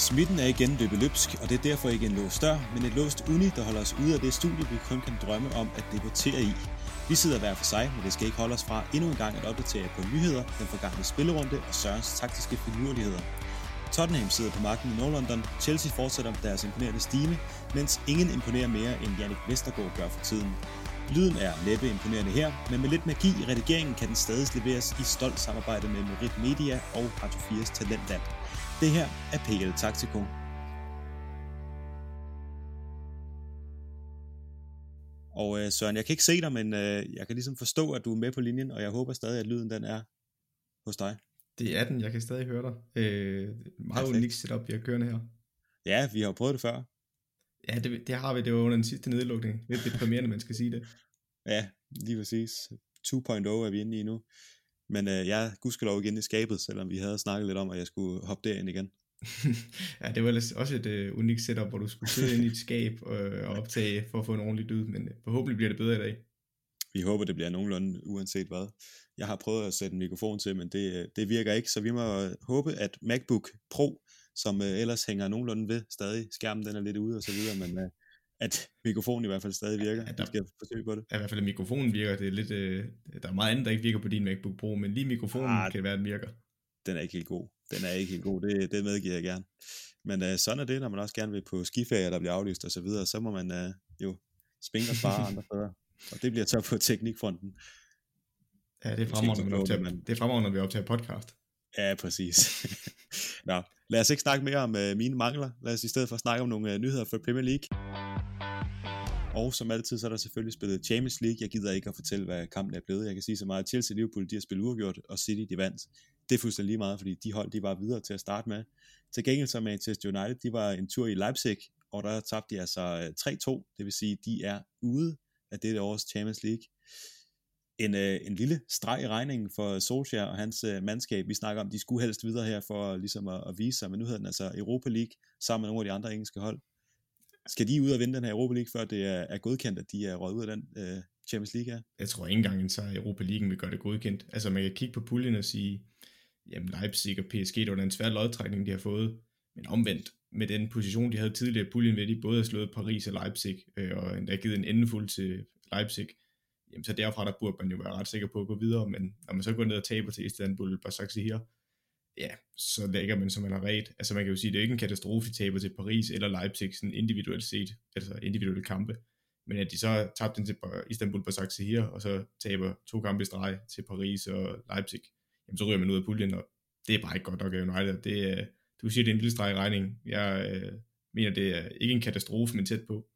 Smitten er igen løbet løbsk, og det er derfor ikke en låst dør, men et låst uni, der holder os ude af det studie, vi kun kan drømme om at debattere i. Vi sidder hver for sig, men det skal ikke holde os fra endnu en gang at opdatere på nyheder, den forgangne spillerunde og Sørens taktiske finurligheder. Tottenham sidder på magten i Nordlondon, Chelsea fortsætter deres imponerende stime, mens ingen imponerer mere end Jannik Vestergaard gør for tiden. Lyden er næppe imponerende her, men med lidt magi i redigeringen kan den stadig leveres i stolt samarbejde med Merit Media og Radio 4's Talentland. Det her er PL Taktiko. Og Søren, jeg kan ikke se dig, men jeg kan ligesom forstå, at du er med på linjen, og jeg håber stadig, at lyden den er hos dig. Det er den, jeg kan stadig høre dig. Meget unikt setup, vi har kørende her. Ja, vi har jo prøvet det før. Ja, det har vi. Det var under den sidste nedlukning. Lidt deprimerende, man skal sige det. Ja, lige præcis. 2.0 er vi inde i nu. Men jeg er gudskelov igen i skabet, selvom vi havde snakket lidt om, at jeg skulle hoppe derind igen. Ja, det var også et unikt setup, hvor du skulle sidde inde i et skab og optage for at få en ordentlig lyd, men forhåbentlig bliver det bedre i dag. Vi håber, det bliver nogenlunde uanset hvad. Jeg har prøvet at sætte en mikrofon til, men det virker ikke, så vi må håbe, at MacBook Pro, som ellers hænger nogenlunde ved stadig, skærmen den er lidt ude og så videre, men at mikrofonen i hvert fald stadig virker. Vi skal forsøge på det. Ja, i hvert fald at mikrofonen virker. Det er lidt, der er meget andet, der ikke virker på din MacBook Pro, men lige mikrofonen kan være, den virker. Den er ikke helt god. Det medgiver jeg gerne. Men sådan er det, når man også gerne vil på skiferie, der bliver aflyst og så videre, så må man jo springe og spare andre steder. Og det bliver så på teknikfronten. Ja, det er fremragende, når vi optager podcast. Ja, præcis. Nå, lad os ikke snakke mere om mine mangler. Lad os i stedet for snakke om nogle nyheder for Premier League. Og som altid, så er der selvfølgelig spillet Champions League. Jeg gider ikke at fortælle, hvad kampen er blevet. Jeg kan sige så meget, Chelsea og Liverpool, de har spillet uafgjort, og City, de vandt. Det er fuldstændig lige meget, fordi de hold, de var videre til at starte med. Til gengæld så Manchester United, de var en tur i Leipzig, og der tabte de altså 3-2. Det vil sige, de er ude af dette års Champions League. En lille streg i regningen for Solskjaer og hans mandskab. Vi snakker om, de skulle helst videre her for ligesom at vise sig, men nu hedder den altså Europa League sammen med nogle af de andre engelske hold. Skal de ud og vinde den her Europa League, før det er godkendt, at de er røget ud af den Champions League her? Jeg tror ikke engang, en sejr i Europa League vil gøre det godkendt. Altså man kan kigge på puljen og sige, jamen Leipzig og PSG, det var en svær lodtrækning, de har fået. Men omvendt, med den position, de havde tidligere i puljen, ved de både har slået Paris og Leipzig, og endda givet en endefuld til Leipzig. Jamen så derfra, der burde man jo være ret sikker på at gå videre, men når man så går ned og taber til Istanbul Başakşehir, ja, så lægger man, som man har ret. Altså man kan jo sige, det er ikke en katastrofe, de taber til Paris eller Leipzig, sådan individuelt set, altså individuelle kampe, men at de så tabte den til Istanbul Başakşehir, og så taber 2 kampe i streg til Paris og Leipzig, jamen så ryger man ud af puljen, og det er bare ikke godt nok af United. Du siger, det er en lille streg i regning. Jeg mener, det er ikke en katastrofe, men tæt på.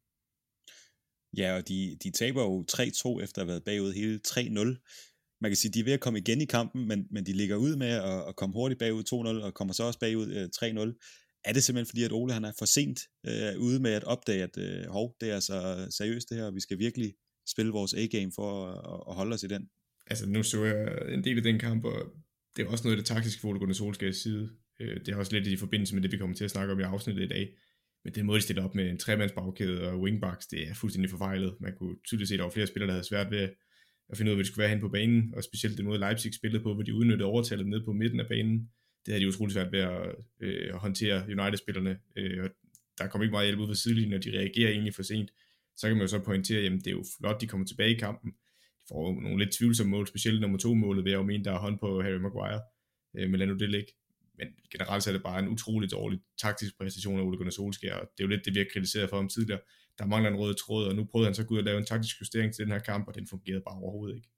Ja, og de taber jo 3-2 efter at have været bagud hele 3-0. Man kan sige, de er ved at komme igen i kampen, men de ligger ud med at komme hurtigt bagud 2-0, og kommer så også bagud 3-0. Er det simpelthen fordi, at Ole han er for sent ude med at opdage, at det er altså seriøst det her, og vi skal virkelig spille vores A-game for at holde os i den? Altså nu så jeg en del af den kamp, og det er også noget af det taktiske for Ole Gunnar Solskjaers side. Det er også lidt i forbindelse med det, vi kommer til at snakke om i afsnittet i dag. Men den måde, de stiller op med en tremandsbagkæde og wingbacks, det er fuldstændig forfejlet. Man kunne tydeligt se, at der var flere spillere, der havde svært ved at finde ud af, hvad de skulle være hen på banen. Og specielt den måde, Leipzig spillede på, hvor de udnyttede overtallet ned på midten af banen. Det havde de utroligt svært ved at håndtere United-spillerne. Der kom ikke meget hjælp ud fra sidelinjen, og de reagerer egentlig for sent. Så kan man jo så pointere, jamen det er jo flot, de kommer tilbage i kampen. De får jo nogle lidt tvivlsomme mål, specielt nummer 2-målet, ved jeg jo mene, der er hånd på Harry Maguire. Men lad nu det ligge. Men generelt så er det bare en utrolig dårlig taktisk præstation af Ole Gunnar Solskjaer, og det er jo lidt det, vi har kritiseret for ham tidligere. Der mangler en rød tråd, og nu prøvede han så at gå ud og lave en taktisk justering til den her kamp, og den fungerede bare overhovedet ikke.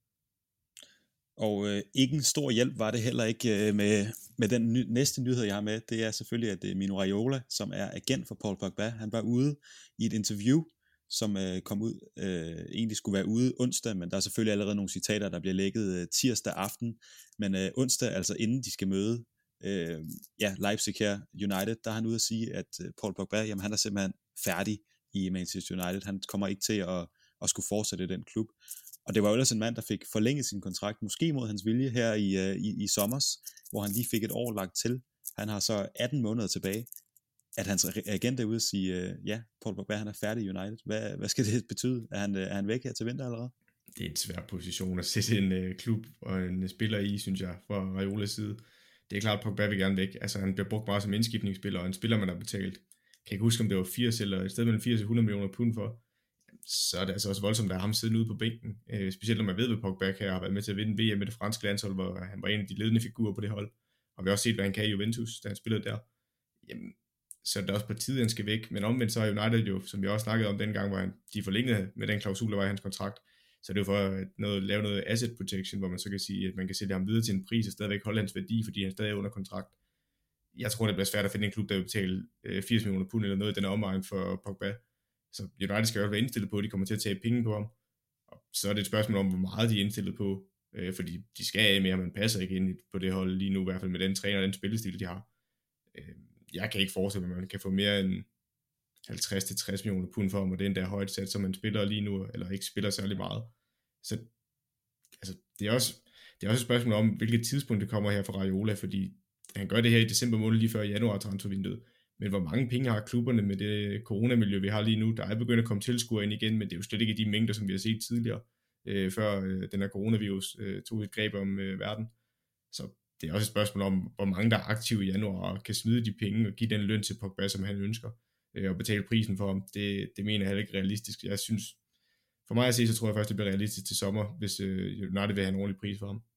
Og ikke en stor hjælp var det heller ikke med den næste nyhed, jeg har med. Det er selvfølgelig, at Mino Raiola, som er agent for Paul Pogba, han var ude i et interview, som kom ud, egentlig skulle være ude onsdag, men der er selvfølgelig allerede nogle citater, der bliver lækket tirsdag aften, men onsdag, altså inden de skal møde Leipzig her, United, der er han ude at sige, at Paul Pogba, jamen han er simpelthen færdig i Manchester United. Han kommer ikke til at skulle fortsætte i den klub. Og det var jo ellers en mand, der fik forlænget sin kontrakt, måske mod hans vilje her i sommers, hvor han lige fik et år lagt til. Han har så 18 måneder tilbage. At hans agent er ude at sige, Paul Pogba, han er færdig i United. Hvad skal det betyde? Er han væk her til vinter allerede? Det er en svær position at sætte en klub og en spiller i, synes jeg, fra Raiolas side. det er klart, at Pogba vil gerne væk. Altså han bliver brugt meget som indskiftningsspiller, og en spiller, man har betalt, kan ikke huske, om det var 80 eller et sted mellem 80 og 100 millioner pund for, så er det altså også voldsomt, at der er ham siddende ude på bænken. Specielt når man ved, at Pogba kan have været med til at vinde VM med det franske landshold, hvor han var en af de ledende figurer på det hold. Og vi har også set, hvad han kan i Juventus, da han spillede der. Jamen, så er det også på tide, han skal væk. Men omvendt så er United jo, som vi også snakkede om dengang, hvor de forlængede med den klausul, der var i hans kontrakt, så det er jo for at lave noget asset protection, hvor man så kan sige, at man kan sælge ham videre til en pris og stadigvæk holde hans værdi, fordi han stadig er under kontrakt. Jeg tror, det bliver svært at finde en klub, der vil betale 80 millioner pund eller noget i den omegn for Pogba. Så United skal jo være indstillet på, at de kommer til at tage penge på ham. Og så er det et spørgsmål om, hvor meget de er indstillet på, fordi de skal af med, at man passer ikke ind på det hold lige nu, i hvert fald med den træner og den spillestil, de har. Jeg kan ikke forestille mig, at man kan få mere end 50-60 millioner pund for ham, og det er endda højt sat, som man spiller lige nu, eller ikke spiller særlig meget. Så altså, det er også et spørgsmål om, hvilket tidspunkt det kommer her for Raiola, fordi han gør det her i december måned lige før januar transfervinduet. Men hvor mange penge har klubberne med det coronamiljø, vi har lige nu? Der er begyndt at komme tilskuere ind igen, men det er jo slet ikke de mængder, som vi har set tidligere, før den her coronavirus tog et greb om verden. Så det er også et spørgsmål om, hvor mange der er aktive i januar og kan smide de penge og give den løn til Pogba, som han ønsker, og betale prisen for ham. Det mener jeg heller ikke realistisk. Jeg synes, for mig at se, så tror jeg først, det bliver realistisk til sommer, hvis United vil have en ordentlig pris for ham.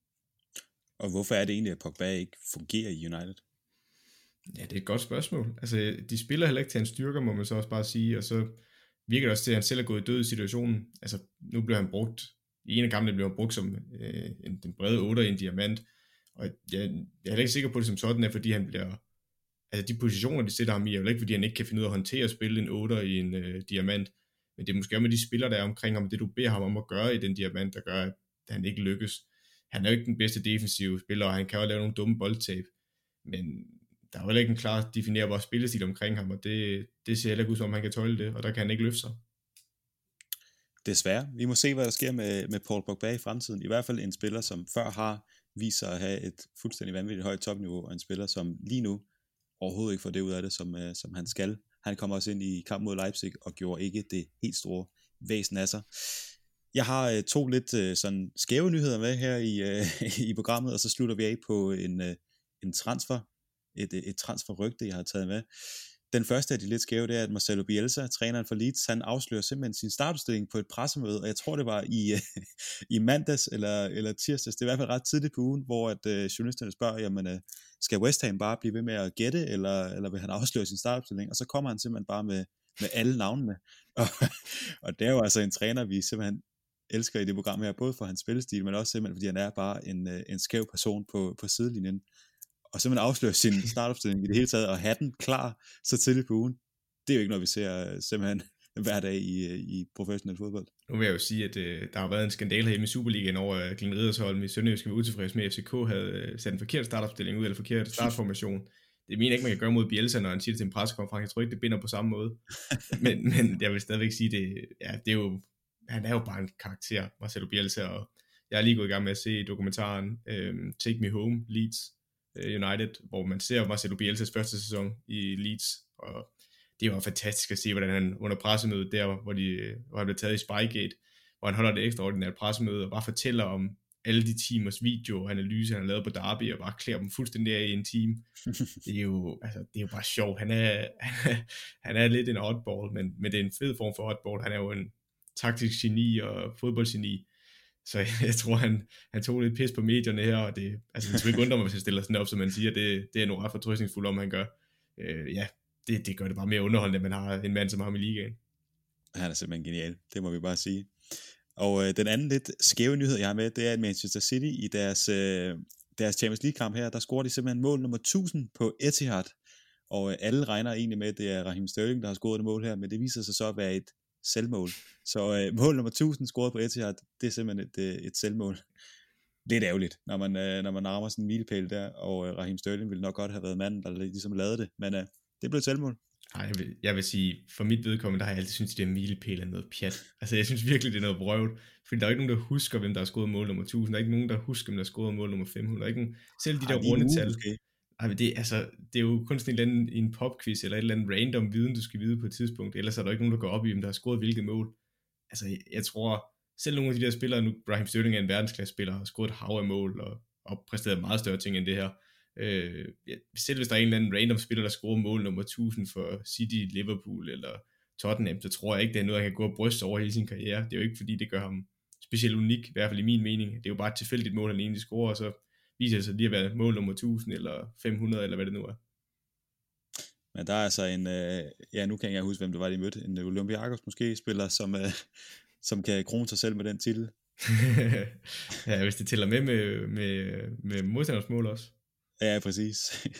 Og hvorfor er det egentlig, at Pogba ikke fungerer i United? Ja, det er et godt spørgsmål. Altså, de spiller heller ikke til hans styrker, må man så også bare sige, og så virker det også til, at han selv er gået død i situationen. Altså, nu bliver han brugt, i en af kampene bliver han brugt som den brede 8'er i en diamant, og jeg er heller ikke sikker på det som sådan, fordi han bliver, altså de positioner, de sætter ham i, er jo ikke, fordi han ikke kan finde ud af at håndtere at spille en 8'er i en diamant, men det er måske med de spillere, der er omkring ham, det du beder ham om at gøre i den diamant, der gør, at han ikke lykkes. Han er jo ikke den bedste defensive spiller, og han kan jo lave nogle dumme boldtab, men der er jo ikke en klar definerbar spillestil omkring ham, og det ser heller ikke ud som, om han kan tåle det, og der kan han ikke løfte sig. Desværre. Vi må se, hvad der sker med Paul Pogba i fremtiden. I hvert fald en spiller, som før har vist sig at have et fuldstændig vanvittigt højt topniveau, og en spiller, som lige nu overhovedet ikke får det ud af det, som han skal. Han kommer også ind i kamp mod Leipzig, og gjorde ikke det helt store væsen af sig. Jeg har to lidt sådan skæve nyheder med her i programmet, og så slutter vi af på en transfer, et transferrygte, jeg har taget med. Den første af de lidt skæve, det er, at Marcelo Bielsa, træneren for Leeds, han afslører simpelthen sin startudstilling på et pressemøde, og jeg tror, det var i mandags eller tirsdags, det er i hvert fald ret tidligt på ugen, hvor at journalisterne spørger, jamen, skal West Ham bare blive ved med at gætte, eller vil han afsløre sin startudstilling? Og så kommer han simpelthen bare med alle navnene. Og det er jo altså en træner, vi simpelthen elsker i det program her, både for hans spillestil, men også simpelthen, fordi han er bare en skæv person på sidelinjen. Og simpelthen afsløre sin startopstilling i det hele taget, og have den klar så tidligt på ugen. Det er jo ikke noget, vi ser simpelthen hver dag i professionel fodbold. Nu vil jeg jo sige, at der har været en skandale hjemme i Superligaen over, at Glenn Riddersholm i Sønderjysk var utilfreds med, at FCK havde sat en forkert startopstilling ud, eller forkert startformation. Det mener ikke, man kan gøre mod Bielsa, når han siger det til en pressekonference. Jeg tror ikke, det binder på samme måde. men jeg vil stadigvæk sige, det er jo, han er jo bare en karakter, Marcelo Bielsa, og jeg er lige gået i gang med at se dokumentaren Take Me Home, Leeds United, hvor man ser Marcelo Bielsas første sæson i Leeds, og det var fantastisk at se, hvordan han under pressemødet der, hvor han blev taget i Spygate, hvor han holder et ekstraordinært pressemøde og bare fortæller om alle de timers video og analyser, han har lavet på Derby, og bare klæder dem fuldstændig af i en team. Det er jo bare sjovt. Han er lidt en oddball, men det er en fed form for oddball. Han er jo en taktisk geni og fodboldgeni. Så jeg tror, han tog lidt pis på medierne her, og det skulle ikke undre mig, hvis han stiller sådan op, som man siger, det er nogle ret fortrøstningsfuldt, om han gør. Det gør det bare mere underholdende, at man har en mand som ham i ligaen. Han er simpelthen genial, det må vi bare sige. Og den anden lidt skæve nyhed, jeg har med, det er, at Manchester City i deres Champions League-kamp her, der scorer de simpelthen mål nummer 1000 på Etihad. Og alle regner egentlig med, at det er Raheem Sterling, der har scoret det mål her, men det viser sig så at være et selvmål. Så mål nummer 1000 scoret på Etihad, det er simpelthen et selvmål. Lidt ærgerligt, når man nærmer sådan en milepæl der, og Raheem Sterling ville nok godt have været manden, der ligesom lavede det, men det blev et selvmål. Ej, jeg vil sige, for mit vedkommende, der har jeg altid syntes, at det er milepæl er noget pjat. Altså, jeg synes virkelig, det er noget vrøvl, fordi der er ikke nogen, der husker, hvem der har scoret mål nummer 1000, der er ikke nogen, der husker, hvem der har scoret mål nummer 500, der er ikke selv de der rundetal. Det er jo kun sådan en popquiz, eller et eller andet random viden, du skal vide på et tidspunkt, ellers er der ikke nogen, der går op i, hvem der har scoret hvilket mål. Altså, jeg tror, selv nogle af de der spillere, nu Raheem Sterling er en verdensklasse spiller, har scoret et hav af mål, og præsteret meget større ting end det her. Ja, selv hvis der er en eller anden random spiller, der scorer mål nummer 1000 for City, Liverpool eller Tottenham, så tror jeg ikke, det er noget, han kan gå og bryste over hele sin karriere. Det er jo ikke, fordi det gør ham specielt unik, i hvert fald i min mening. Det er jo bare et tilfældigt mål, han egentlig scorer, og så viser det sig lige at være mål nummer 1000 eller 500, eller hvad det nu er. Men der er altså en, nu kan jeg ikke huske, hvem det var, de mødte, en Olympiakos måske spiller, som kan krone sig selv med den titel. Ja, hvis det tæller med modstanders mål også. Ja, præcis.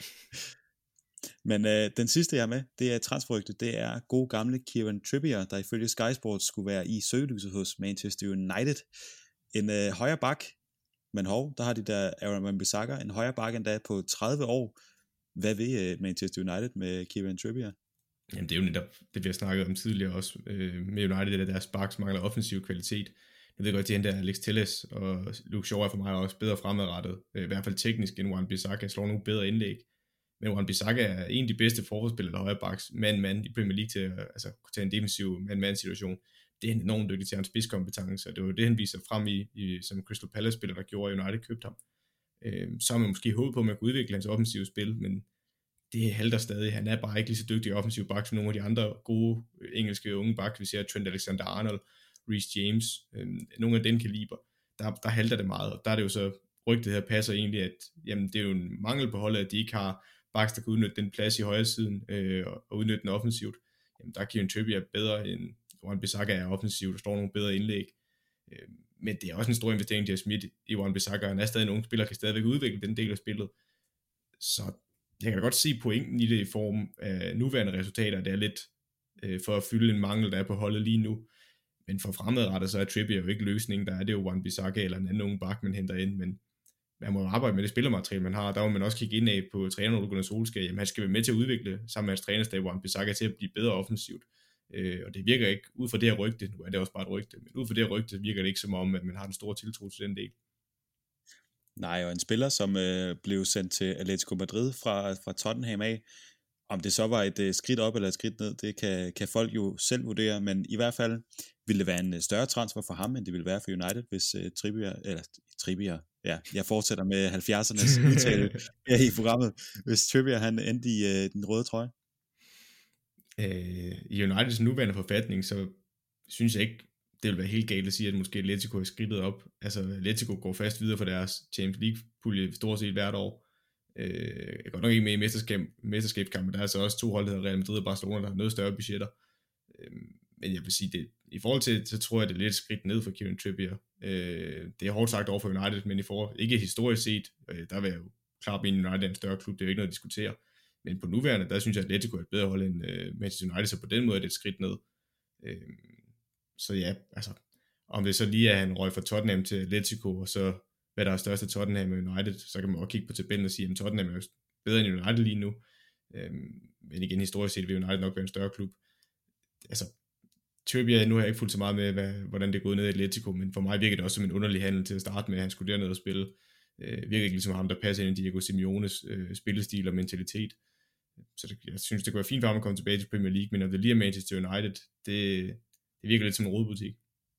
Men den sidste, jeg er med, det er transferrygtet. Det er god gamle Kieran Trippier, der ifølge Sky Sports skulle være i søgelyset hos Manchester United. En højre bak, men der har de der Aaron Wan-Bissaka, en højre bak endda på 30 år. Hvad vil Manchester United med Kieran Trippier? Jamen det er jo netop det, vi har snakket om tidligere også med United, at deres backs mangler offensiv kvalitet. Jeg ved godt, at der Alex Telles og Luke Shaw er for mig også bedre fremadrettet, i hvert fald teknisk end Wan-Bissaka, slår nogle bedre indlæg. Men Wan-Bissaka er en af de bedste forsvarsspillere, der højre backs, mand i Premier League til at kunne tage en defensiv mand situation. Det er enormt dygtig til hans spidskompetence, og det var det, han viser frem i som Crystal Palace-spiller, der gjorde, at United købte ham. Så har man måske håbet på, at man kunne udvikle hans offensive spil, men det halter stadig. Han er bare ikke lige så dygtig i offensiv backs som nogle af de andre gode engelske unge backs. Vi ser Trent Alexander-Arnold, Reece James, nogle af den kaliber. Der halter det meget, og der er det jo så rygtet her passer egentlig, at jamen, det er jo en mangel på holdet, at de ikke har backs, der kan udnytte den plads i højre siden og udnytte den offensivt. Jamen, der er Kieran Trippier bedre end Wan-Bissaka er offensivt, der står nogle bedre indlæg. Men det er også en stor investering, de har smidt i Wan-Bissaka. Han er stadig en ung spiller, kan stadigvæk udvikle den del af spillet. Så jeg kan da godt se pointen i det i form af nuværende resultater. Det er lidt for at fylde en mangel, der er på holdet lige nu. Men for fremadrettet, så er Trippier jo ikke løsningen. Der er det jo Wan-Bissaka eller en anden unge bak, man henter ind. Men man må arbejde med det spillermateriale, man har. Der må man også kigge ind af på træneren Ole Gunnar Solskjaer. Jamen, han skal være med til at udvikle sammen med hans trænerstab Wan-Bissaka til at blive bedre offensivt. Og det virker ikke, ud fra det her rygte, nu er det også bare et rygte, men ud fra det her rygte virker det ikke som om, at man har en stor tiltro til den del. Nej, og en spiller, som blev sendt til Atletico Madrid fra Tottenham af, om det så var et skridt op eller et skridt ned, det kan folk jo selv vurdere, men i hvert fald ville det være en større transfer for ham, end det ville være for United, hvis Trippier, ja, jeg fortsætter med 70'ernes udtale her i programmet, hvis Trippier han endte i den røde trøje. I Uniteds nuværende forfatning, så synes jeg ikke, det vil være helt galt at sige, at måske Atletico er skridtet op. Altså Atletico går fast videre for deres Champions League-pulje stort set hvert år. Jeg går nok ikke med i mesterskabskampen, der er altså også 2 hold, der hedder Real Madrid og Barcelona, der har noget større budgetter. Men jeg vil sige, det, i forhold til, så tror jeg, det er lidt et skridt ned for Kieran Trippier. Det er hårdt sagt over for United, men ikke historisk set, der vil jeg jo klart mene, United er en større klub, det er jo ikke noget at diskutere. Men på nuværende, der synes jeg, at Atletico er et bedre hold end Manchester United, så på den måde er det et skridt ned. Så ja, altså, om det så lige er, han røg fra Tottenham til Atletico, og så hvad der er størst af Tottenham og United, så kan man også kigge på tabellen og sige, at Tottenham er jo bedre end United lige nu. Men igen, historisk set vil United nok være en større klub. Altså, Trippier, nu har jeg ikke fulgt så meget med, hvordan det er gået ned i Atletico, men for mig virker det også som en underlig handel til at starte med, at han skulle derned og spille. Virker ikke ligesom ham, der passer ind i Diego Simeones spillestil og mentalitet. Så jeg synes, det kunne være fint for ham at komme tilbage til Premier League, men når det lige er Manchester United, det virker lidt som en rodebutik.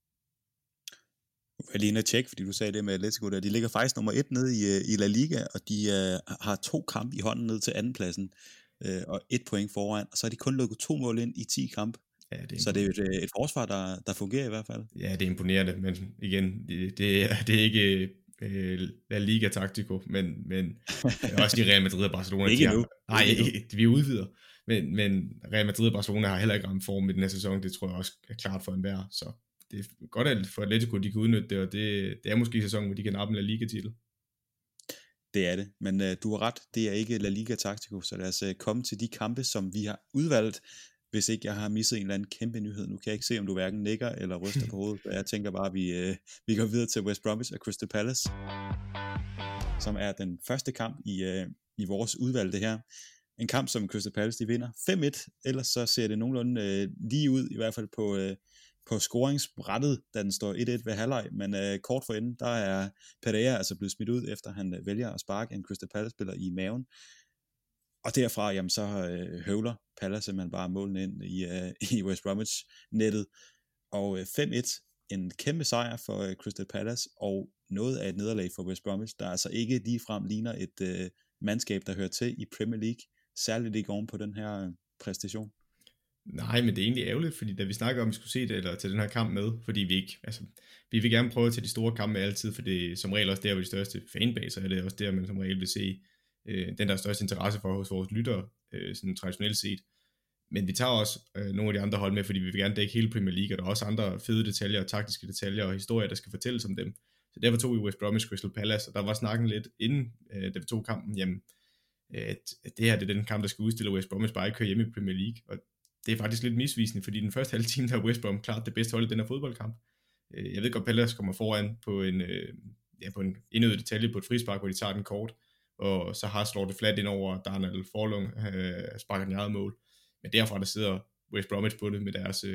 Jeg lige inde at tjekke, fordi du sagde det med Atletico der. De ligger faktisk nummer 1 nede i La Liga, og de har 2 kampe i hånden ned til andenpladsen, og 1 point foran, og så har de kun lukket 2 mål ind i 10 kampe. Ja, så det er jo et forsvar, der fungerer i hvert fald. Ja, det er imponerende, men igen, det er ikke La Liga Tactico, men også de Real Madrid og Barcelona. Ikke nu. Nej, vi udvider. Men Real Madrid og Barcelona har heller ikke ramt form i den her sæson, det tror jeg også er klart for enhver, så det er godt at for Atletico, de kan udnytte det, og det er måske sæsonen, hvor de kan nappe en La Liga-titel. Det er det, men du har ret, det er ikke La Liga Tactico, så lad os komme til de kampe, som vi har udvalgt, hvis ikke jeg har misset en eller anden kæmpe nyhed. Nu kan jeg ikke se, om du hverken nikker eller ryster på hovedet, så jeg tænker bare, at vi går videre til West Bromwich og Crystal Palace, som er den første kamp i vores udvalgte her. En kamp, som Crystal Palace de vinder 5-1, ellers så ser det nogenlunde lige ud, i hvert fald på scoringsbrættet, da den står 1-1 ved halvleg, men kort for enden, der er Pereira altså blevet smidt ud, efter han vælger at sparke en Crystal Palace-spiller i maven. Og derfra, jamen, så høvler Palace simpelthen bare målene ind i West Bromwich-nettet. Og 5-1, en kæmpe sejr for Crystal Palace, og noget af et nederlag for West Bromwich, der altså ikke ligefrem ligner mandskab, der hører til i Premier League, særligt ikke oven på den her præstation. Nej, men det er egentlig ærgerligt, fordi da vi snakker om, at vi skulle se det, eller til den her kamp med, fordi vi vil gerne prøve at tage de store kampe altid, for det er som regel også der, hvor de største fanbaser, og det er også der, man som regel vil se den der største interesse for hos vores lyttere, sådan traditionelt set. Men vi tager også nogle af de andre hold med, fordi vi vil gerne dække hele Premier League, og der er også andre fede detaljer, taktiske detaljer og historier, der skal fortælles om dem. Så derfor tog vi West Bromwich Crystal Palace, og der var snakken lidt inden, da vi tog kampen, jamen, at det her det er den kamp, der skal udstille West Bromwich bare ikke køre hjemme i Premier League, og det er faktisk lidt misvisende, fordi den første halve time, der er West Brom klart det bedste hold i den her fodboldkamp. Jeg ved godt, Palace kommer foran på en indøvet detalje på et frispark, hvor de tager den kort, og så har slået det flat ind over Darnell Forlung, sparker den i eget mål. Men derfra der sidder West Bromwich på det med deres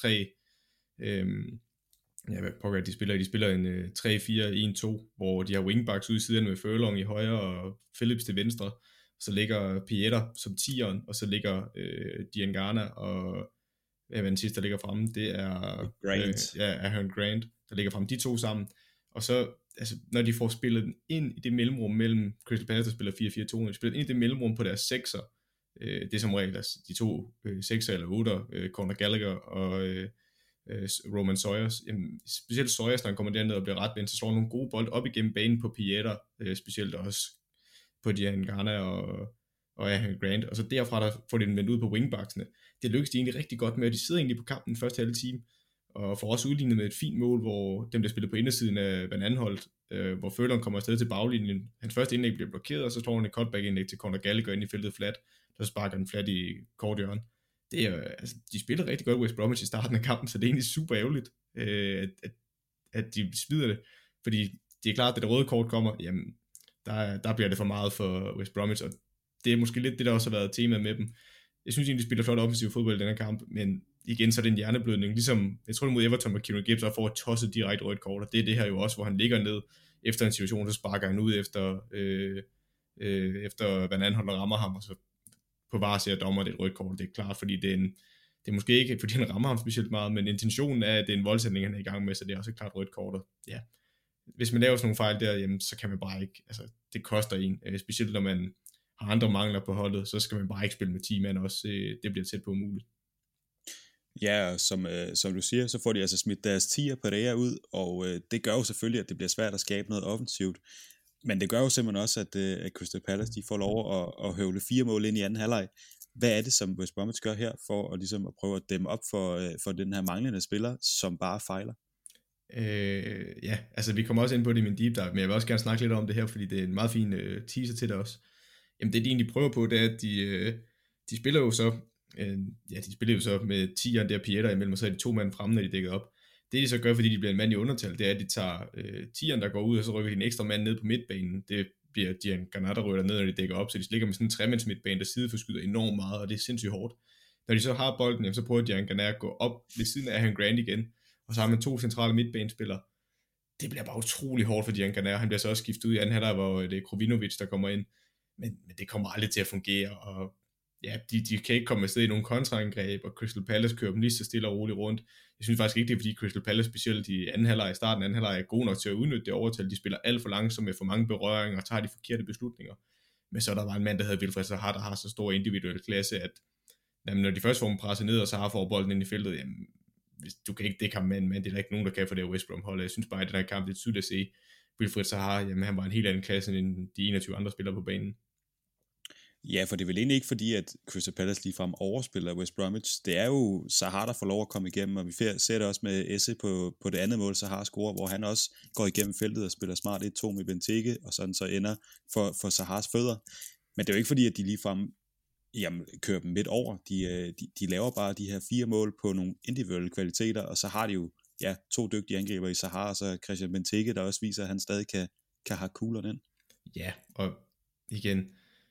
hvad pokker de spiller? De spiller en 3-4-1-2, hvor de har wingbacks ude i siden med Furlong i højre og Phillips til venstre. Så ligger Pieta som 10'eren, og så ligger Diangana og den sidste, der ligger fremme, det er Aaron Grant, der ligger fremme, de to sammen. Og så, altså, når de får spillet den ind i det mellemrum mellem Crystal Palace, der spiller 4-4-2, når de spiller ind i det mellemrum på deres sekser, det er som regel altså, de to sekser eller otter, Conor Gallagher og Roman Sawyers. Specielt Sawyers, når han kommer derned og bliver ret vendt, så slår han nogle gode bold op igennem banen på Pieta, specielt også på Diangana og Aaron Grant, og så derfra der får de den vendt ud på wingbacksene. Det lykkes de egentlig rigtig godt med, og de sidder egentlig på kampen den første halve time, og får også udlignet med et fint mål, hvor dem der spiller på indersiden af Van Aanholt, hvor Furlong kommer afsted til baglinjen. Hans første indlæg bliver blokeret, og så slår han et cutback indlæg til Conor Gallagher ind i feltet flat, så sparker den flat i kort hjørne. Det er, altså, de spiller rigtig godt West Bromwich i starten af kampen, så det er egentlig super ærgerligt, at de smider det, fordi det er klart, at det røde kort kommer, jamen, der bliver det for meget for West Bromwich, og det er måske lidt det, der også har været temaet med dem. Jeg synes egentlig, de spiller flot offensiv fodbold i den her kamp, men igen, så er det en hjerneblødning, ligesom, jeg tror det mod Everton, hvor Kieran Gibbs også får et tosset direkte rødt kort, og det er det her jo også, hvor han ligger ned efter en situation, så sparker han ud efter Van Aanholt og rammer ham, og så på VAR ser dommer det et rødt kort, det er klart, fordi det er måske ikke, fordi han rammer ham specielt meget, men intentionen er, at det er en voldsætning, han er i gang med, så det er også et klart rødt kort, og ja. Hvis man laver sådan nogle fejl der, jamen, så kan man bare ikke, altså det koster en, specielt når man har andre mangler på holdet, så skal man bare ikke spille med 10 mand også, det bliver tæt på umuligt. Ja, og som du siger, så får de altså smidt deres 10'er på det ud, og det gør jo selvfølgelig, at det bliver svært at skabe noget offensivt, men det gør jo simpelthen også, at Crystal Palace, de får lov at høvle 4 mål ind i anden halvleg. Hvad er det, som West Bromwich gør her, for at, ligesom at prøve at dæmme op for den her manglende spiller, som bare fejler? Ja, altså vi kommer også ind på det i min deep dive, men jeg vil også gerne snakke lidt om det her, fordi det er en meget fin teaser til det også. Jamen det de egentlig prøver på, det er, at de spiller jo så, de spiller jo så med 10'eren der Pieta imellem, og så er de 2 mand fremme, når de dækker op. Det de så gør, fordi de bliver en mand i undertal, det er, at de tager 10'eren, der går ud, og så rykker de en ekstra mand ned på midtbanen. Det bliver Diangana, der rykker ned, når de dækker op, så de ligger med sådan en 3-mands midtbane, der sideforskyder enormt meget, og det er sindssygt hårdt. Når de så har bolden, jamen, så prøver Diangana at gå op ved siden af Aaron Grant igen, og så har man 2 centrale midtbanespillere. Det bliver bare utrolig hårdt for Diangana, han bliver så også skiftet ud i anden halvleg, hvor det er Krovinovic, der kommer ind. Men det kommer aldrig til at fungere, og ja, de kan ikke komme afsted i nogle kontraangreb, og Crystal Palace kører dem lige så stille og roligt rundt. Jeg synes faktisk ikke, det er fordi Crystal Palace, specielt i anden halvleg, i starten af anden halvleg, er god nok til at udnytte det overtal. De spiller alt for langsomt med for mange berøringer og tager de forkerte beslutninger. Men så er der bare en mand, der hedder Wilfred Zaha, der har så stor individuel klasse, at jamen, når de først får dem presset ned, og Zaha får bolden ind i feltet, jamen, du kan ikke dække ham med, men det er der ikke nogen, der kan for det West Brom hold. Jeg synes bare, at den her kamp, det er tydeligt at se Wilfred Zaha, jamen han var en helt anden klasse end de 21 andre spillere på banen. Ja, for det er vel egentlig ikke fordi, at Crystal Palace ligefrem overspiller West Bromwich. Det er jo Zaha, der får lov at komme igennem, og vi ser det også med Esse på det andet mål, Zaha scorer, hvor han også går igennem feltet og spiller smart 1-2 med Benteke, og sådan så ender for Zahas fødder. Men det er jo ikke fordi, at de ligefrem kører dem midt over. De laver bare de her 4 mål på nogle individuelle kvaliteter, og så har de jo 2 dygtige angriber i Zaha, og så Christian Benteke, der også viser, at han stadig kan have kuglerne ind. Ja, og igen,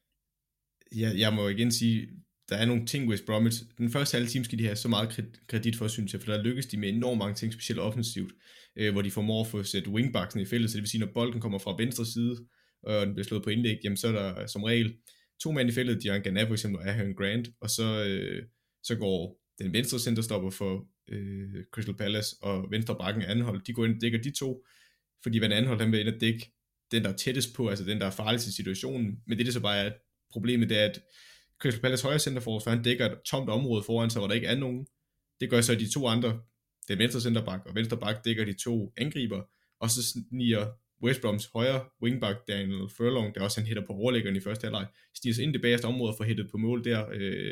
jeg må igen sige, der er nogle ting West Bromwich. Den første halve time skal de have så meget kredit for, synes jeg, for der lykkes de med enormt mange ting, specielt offensivt, hvor de formår at få sat wingbacksen i feltet, så det vil sige, når bolden kommer fra venstre side, og den bliver slået på indlæg, jamen så er der som regel 2 mand i feltet, Diangana for eksempel, og Aaron Grant, og så går den venstre centerstopper for Crystal Palace, og venstre bakken Anholt, de går ind og dækker de 2, fordi Van Aanholt han vil ind og dække den, der er tættest på, altså den, der er farligst i situationen, men det så bare er problemet, det er, at Crystal Palace højre centerforsvar, han dækker et tomt område foran sig, hvor der ikke er nogen. Det gør så, at de to andre, den venstre centerback og venstre back, dækker de to angriber, og så sniger West Broms højre wingback, Daniel Furlong, der også han hitter på overlæggeren i første halvleg, stiger sig ind i det bagerste område for hittet på mål der,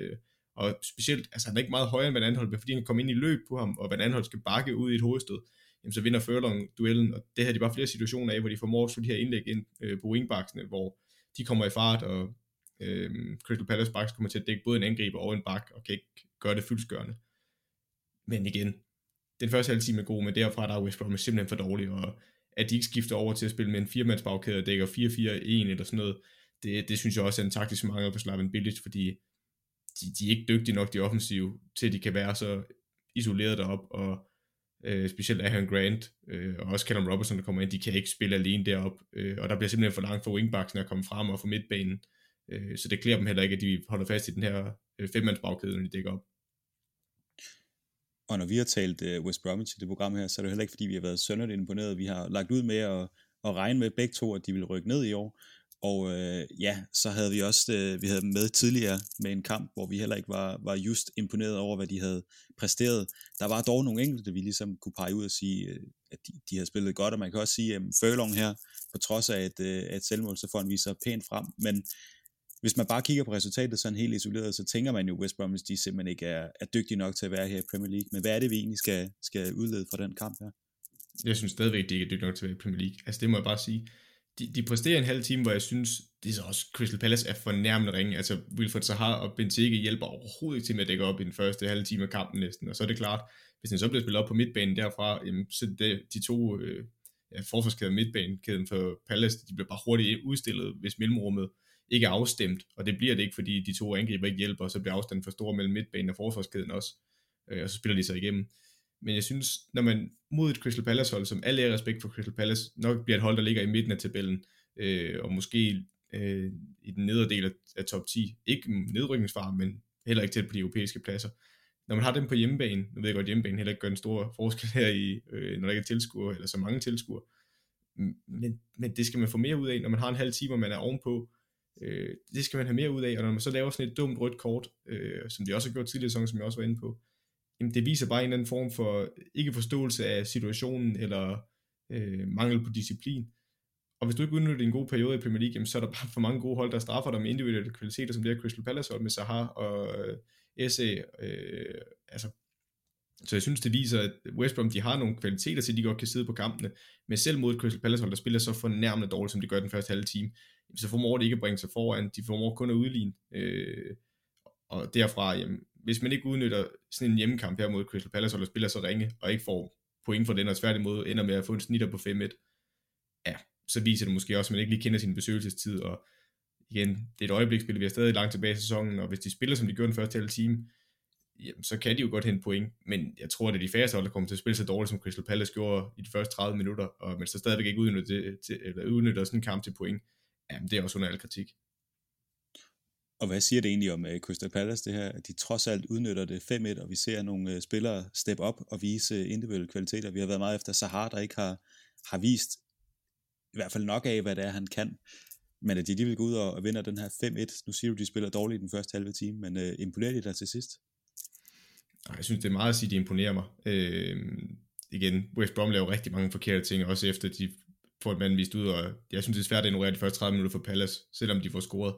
og specielt, altså han er ikke meget højere end Van Aanholt, men fordi han kommer ind i løb på ham, og Van Aanholt skal bakke ud i et hovedstød, jamen så vinder Furlong duellen, og det har de bare flere situationer af, hvor de formår at slå de her indlæg ind på wingbacksene, hvor de kommer i fart, og Crystal Palace backs kommer til at dække både en angriber og en back, og kan ikke gøre det fyldestgørende. Men igen, den første halve time er god, men derfra der er West Brom simpelthen for dårlig, og at de ikke skifter over til at spille med en 4-mandsbagkæde og dækker 4-4-1 eller sådan noget, det synes jeg også er en taktisk mangel på Slaven Bilic, fordi de er ikke dygtige nok, de offensive, til at de kan være så isoleret derop, og specielt Aaron Grant og også Callum Robertson, der kommer ind, de kan ikke spille alene derop, og der bliver simpelthen for langt for wingbacksen at komme frem og for midtbanen, så det klæder dem heller ikke, at de holder fast i den her 5-mandsbagkæde, når de dækker op. Og når vi har talt West Bromwich i det program her, så er det heller ikke, fordi vi har været sønderligt imponeret. Vi har lagt ud med at regne med begge to, at de ville rykke ned i år. Og så havde vi også, vi havde med tidligere med en kamp, hvor vi heller ikke var just imponeret over, hvad de havde præsteret. Der var dog nogle enkelte, vi ligesom kunne pege ud og sige, at de havde spillet godt, og man kan også sige, at Furlong her, på trods af et selvmål, så får han vist sig pænt frem, men hvis man bare kigger på resultatet sådan helt isoleret, så tænker man jo, at West Bromwich de simpelthen ikke er dygtige nok til at være her i Premier League. Men hvad er det, vi egentlig skal udlede fra den kamp her? Jeg synes stadigvæk, de ikke er dygtige nok til at være i Premier League. Altså det må jeg bare sige. De præsterer en halv time, hvor jeg synes, det er så også Crystal Palace er fornærmende ringe. Altså Wilfred Zaha og Benteke hjælper overhovedet ikke til med at dække op i den første halve time af kampen næsten. Og så er det klart, hvis den så bliver spillet op på midtbanen derfra, jamen, så de to forsvarskæder midtbanekæden for Palace, de bliver bare hurtigt udstillet, hvis mellemrummet ikke er afstemt, og det bliver det ikke, fordi de to angriber ikke hjælper, og så bliver afstanden for stor mellem midtbanen og forsvarskæden også, og så spiller de sig igennem. Men jeg synes, når man mod et Crystal Palace hold, som alle er respekt for Crystal Palace, nok bliver et hold, der ligger i midten af tabellen, og måske i den nedre del af top 10, ikke nedrykningsfare, men heller ikke tæt på de europæiske pladser. Når man har dem på hjemmebane, nu ved jeg godt, at hjemmebane heller ikke gør en stor forskel her, når der ikke er tilskuere, eller så mange tilskuere, men det skal man få mere ud af, når man har en halv time, og man er ovenpå. Det skal man have mere ud af, og når man så laver sådan et dumt rødt kort, som de også har gjort tidligere, som jeg også var inde på, jamen det viser bare en eller anden form for ikke forståelse af situationen, eller mangel på disciplin. Og hvis du ikke udnytter en god periode i Premier League, jamen, så er der bare for mange gode hold, der straffer dig med individuelle kvaliteter, som det her Crystal Palace hold med Zaha og Esse. Så jeg synes, det viser, at West Brom, de har nogle kvaliteter til, at de godt kan sidde på kampene, men selv mod et Crystal Palace hold, der spiller så fornærmende dårligt, som de gør den første halve time, så formår de ikke at bringe sig foran, de formår kun at udligne, og derfra, jamen, hvis man ikke udnytter sådan en hjemmekamp her mod Crystal Palace hold, der spiller så ringe, og ikke får point for den, og tværtimod ender med at få en snitter på 5-1, ja, så viser det måske også, at man ikke lige kender sin besøgelsestid, og igen, det er et øjebliksspil, vi er stadig langt tilbage i sæsonen, og hvis de spiller, som de gjorde den første halve time, jamen, så kan de jo godt hente point, men jeg tror, det er de færreste hold, der kommer til at spille så dårligt, som Crystal Palace gjorde i de første 30 minutter, og men så stadigvæk ikke udnytter sådan en kamp til point, jamen det er også under al kritik. Og hvad siger det egentlig om Crystal Palace, det her, at de trods alt udnytter det 5-1, og vi ser nogle spillere step op og vise individuelle kvaliteter. Vi har været meget efter Zaha, der ikke har vist i hvert fald nok af, hvad det er, han kan. Men at de vil gå ud og vinder den her 5-1. Nu siger du, de spiller dårligt i den første halve time, men imponerer de dig til sidst? Jeg synes, det er meget at sige, at de imponerer mig. Igen, West Brom laver rigtig mange forkerte ting, også efter de får et mand vist ud, og jeg synes, det er svært at ignorere de første 30 minutter for Palace, selvom de får scoret.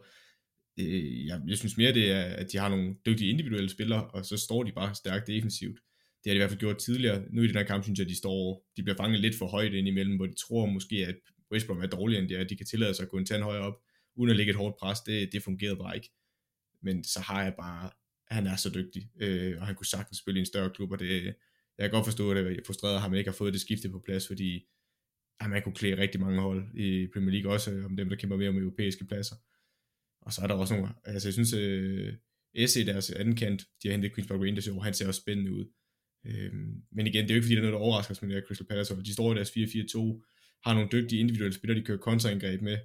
Jeg synes mere, det er, at de har nogle dygtige individuelle spillere, og så står de bare stærkt defensivt. Det har de i hvert fald gjort tidligere. Nu i den her kamp, synes jeg, de bliver fanget lidt for højt ind imellem, hvor de tror måske, at West Brom er dårligere end det er, at de kan tillade sig at gå en tand højere op, uden at lægge et hårdt pres. Det fungerede bare ikke. Men så har jeg bare, han er så dygtig, og han kunne sagtens spille i en større klub, og jeg kan godt forstå, at jeg frustreret ham, ikke har fået det skifte på plads, fordi man kunne klæde rigtig mange hold i Premier League, også om dem, der kæmper mere om europæiske pladser. Og så er der også nogle, altså jeg synes, Esse, deres anden kant, de har hentet Queen's Park Rangers i år, han ser også spændende ud. Men igen, det er jo ikke fordi, der er noget, der overrasker os med det her Crystal Palace, de står i deres 4-4-2, har nogle dygtige individuelle spillere, de kører kontraangreb med,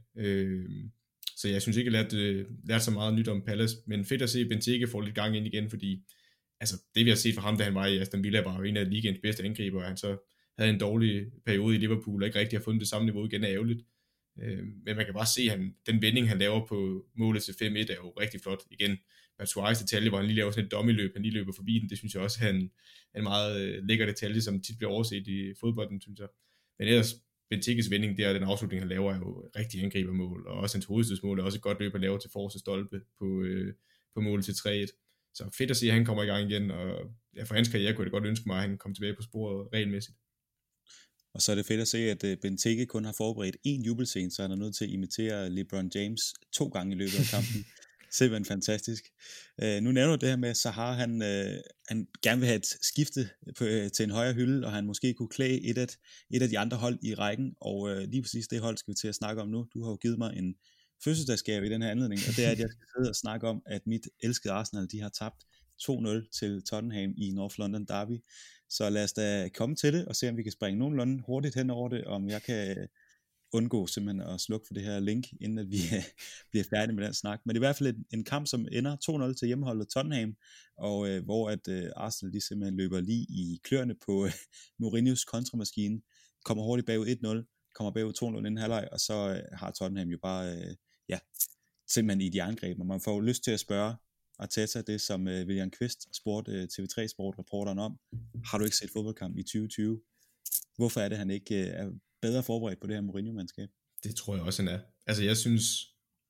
så jeg synes ikke, at jeg lærte så meget nyt om Palace, men fedt at se, at Benteke får lidt gang ind igen, fordi altså, det vi har set fra ham, da han var i Aston Villa, var jo en af ligaens bedste angriber, og han så havde en dårlig periode i Liverpool, og ikke rigtig har fundet det samme niveau igen, er ærgerligt. Men man kan bare se, at den vending, han laver på målet til 5-1, er jo rigtig flot. Igen, Batshuayis detalje, hvor han lige laver sådan et dummy-løb, han lige løber forbi den, det synes jeg også er en meget lækker detalje, som tit bliver overset i fodbolden, synes jeg. Men ellers, Bentikes vending der, og den afslutning, han laver, er jo rigtig angribermål, og også hans hovedstødsmål er også et godt løb at lave til forreste stolpe på målet til 3-1. Så fedt at se, at han kommer i gang igen, og ja, for hans karriere kunne jeg godt ønske mig, at han kom tilbage på sporet regelmæssigt. Og så er det fedt at se, at Benteke kun har forberedt én jubelscene, så han er nødt til at imitere LeBron James 2 gange i løbet af kampen. Simpelthen fantastisk. Nu nævner du det her med, at Zaha, han gerne vil have et skifte til en højere hylde, og han måske kunne klæde et af de andre hold i rækken, og lige præcis det hold skal vi til at snakke om nu. Du har jo givet mig en fødselsdagsgave i den her anledning, og det er, at jeg skal sidde og snakke om, at mit elskede Arsenal, de har tabt 2-0 til Tottenham i North London Derby. Så lad os da komme til det, og se om vi kan springe nogenlunde hurtigt hen over det, om jeg kan undgå simpelthen at slukke for det her link, inden at vi bliver færdige med den snak. Men det er i hvert fald en kamp, som ender 2-0 til hjemmeholdet Tottenham, og hvor at Arsenal de simpelthen løber lige i kløerne på Mourinhos kontramaskine, kommer hurtigt bagud 1-0, kommer bagud 2-0 inden halvleg, og så har Tottenham jo bare simpelthen i de angreb, og man får jo lyst til at spørge Arteta det, som William Kvist spurgte TV3 Sport-reporteren om. Har du ikke set fodboldkamp i 2020? Hvorfor er det, han ikke er bedre forberedt på det her Mourinho-mandskab? Det tror jeg også, han er. Altså, jeg synes,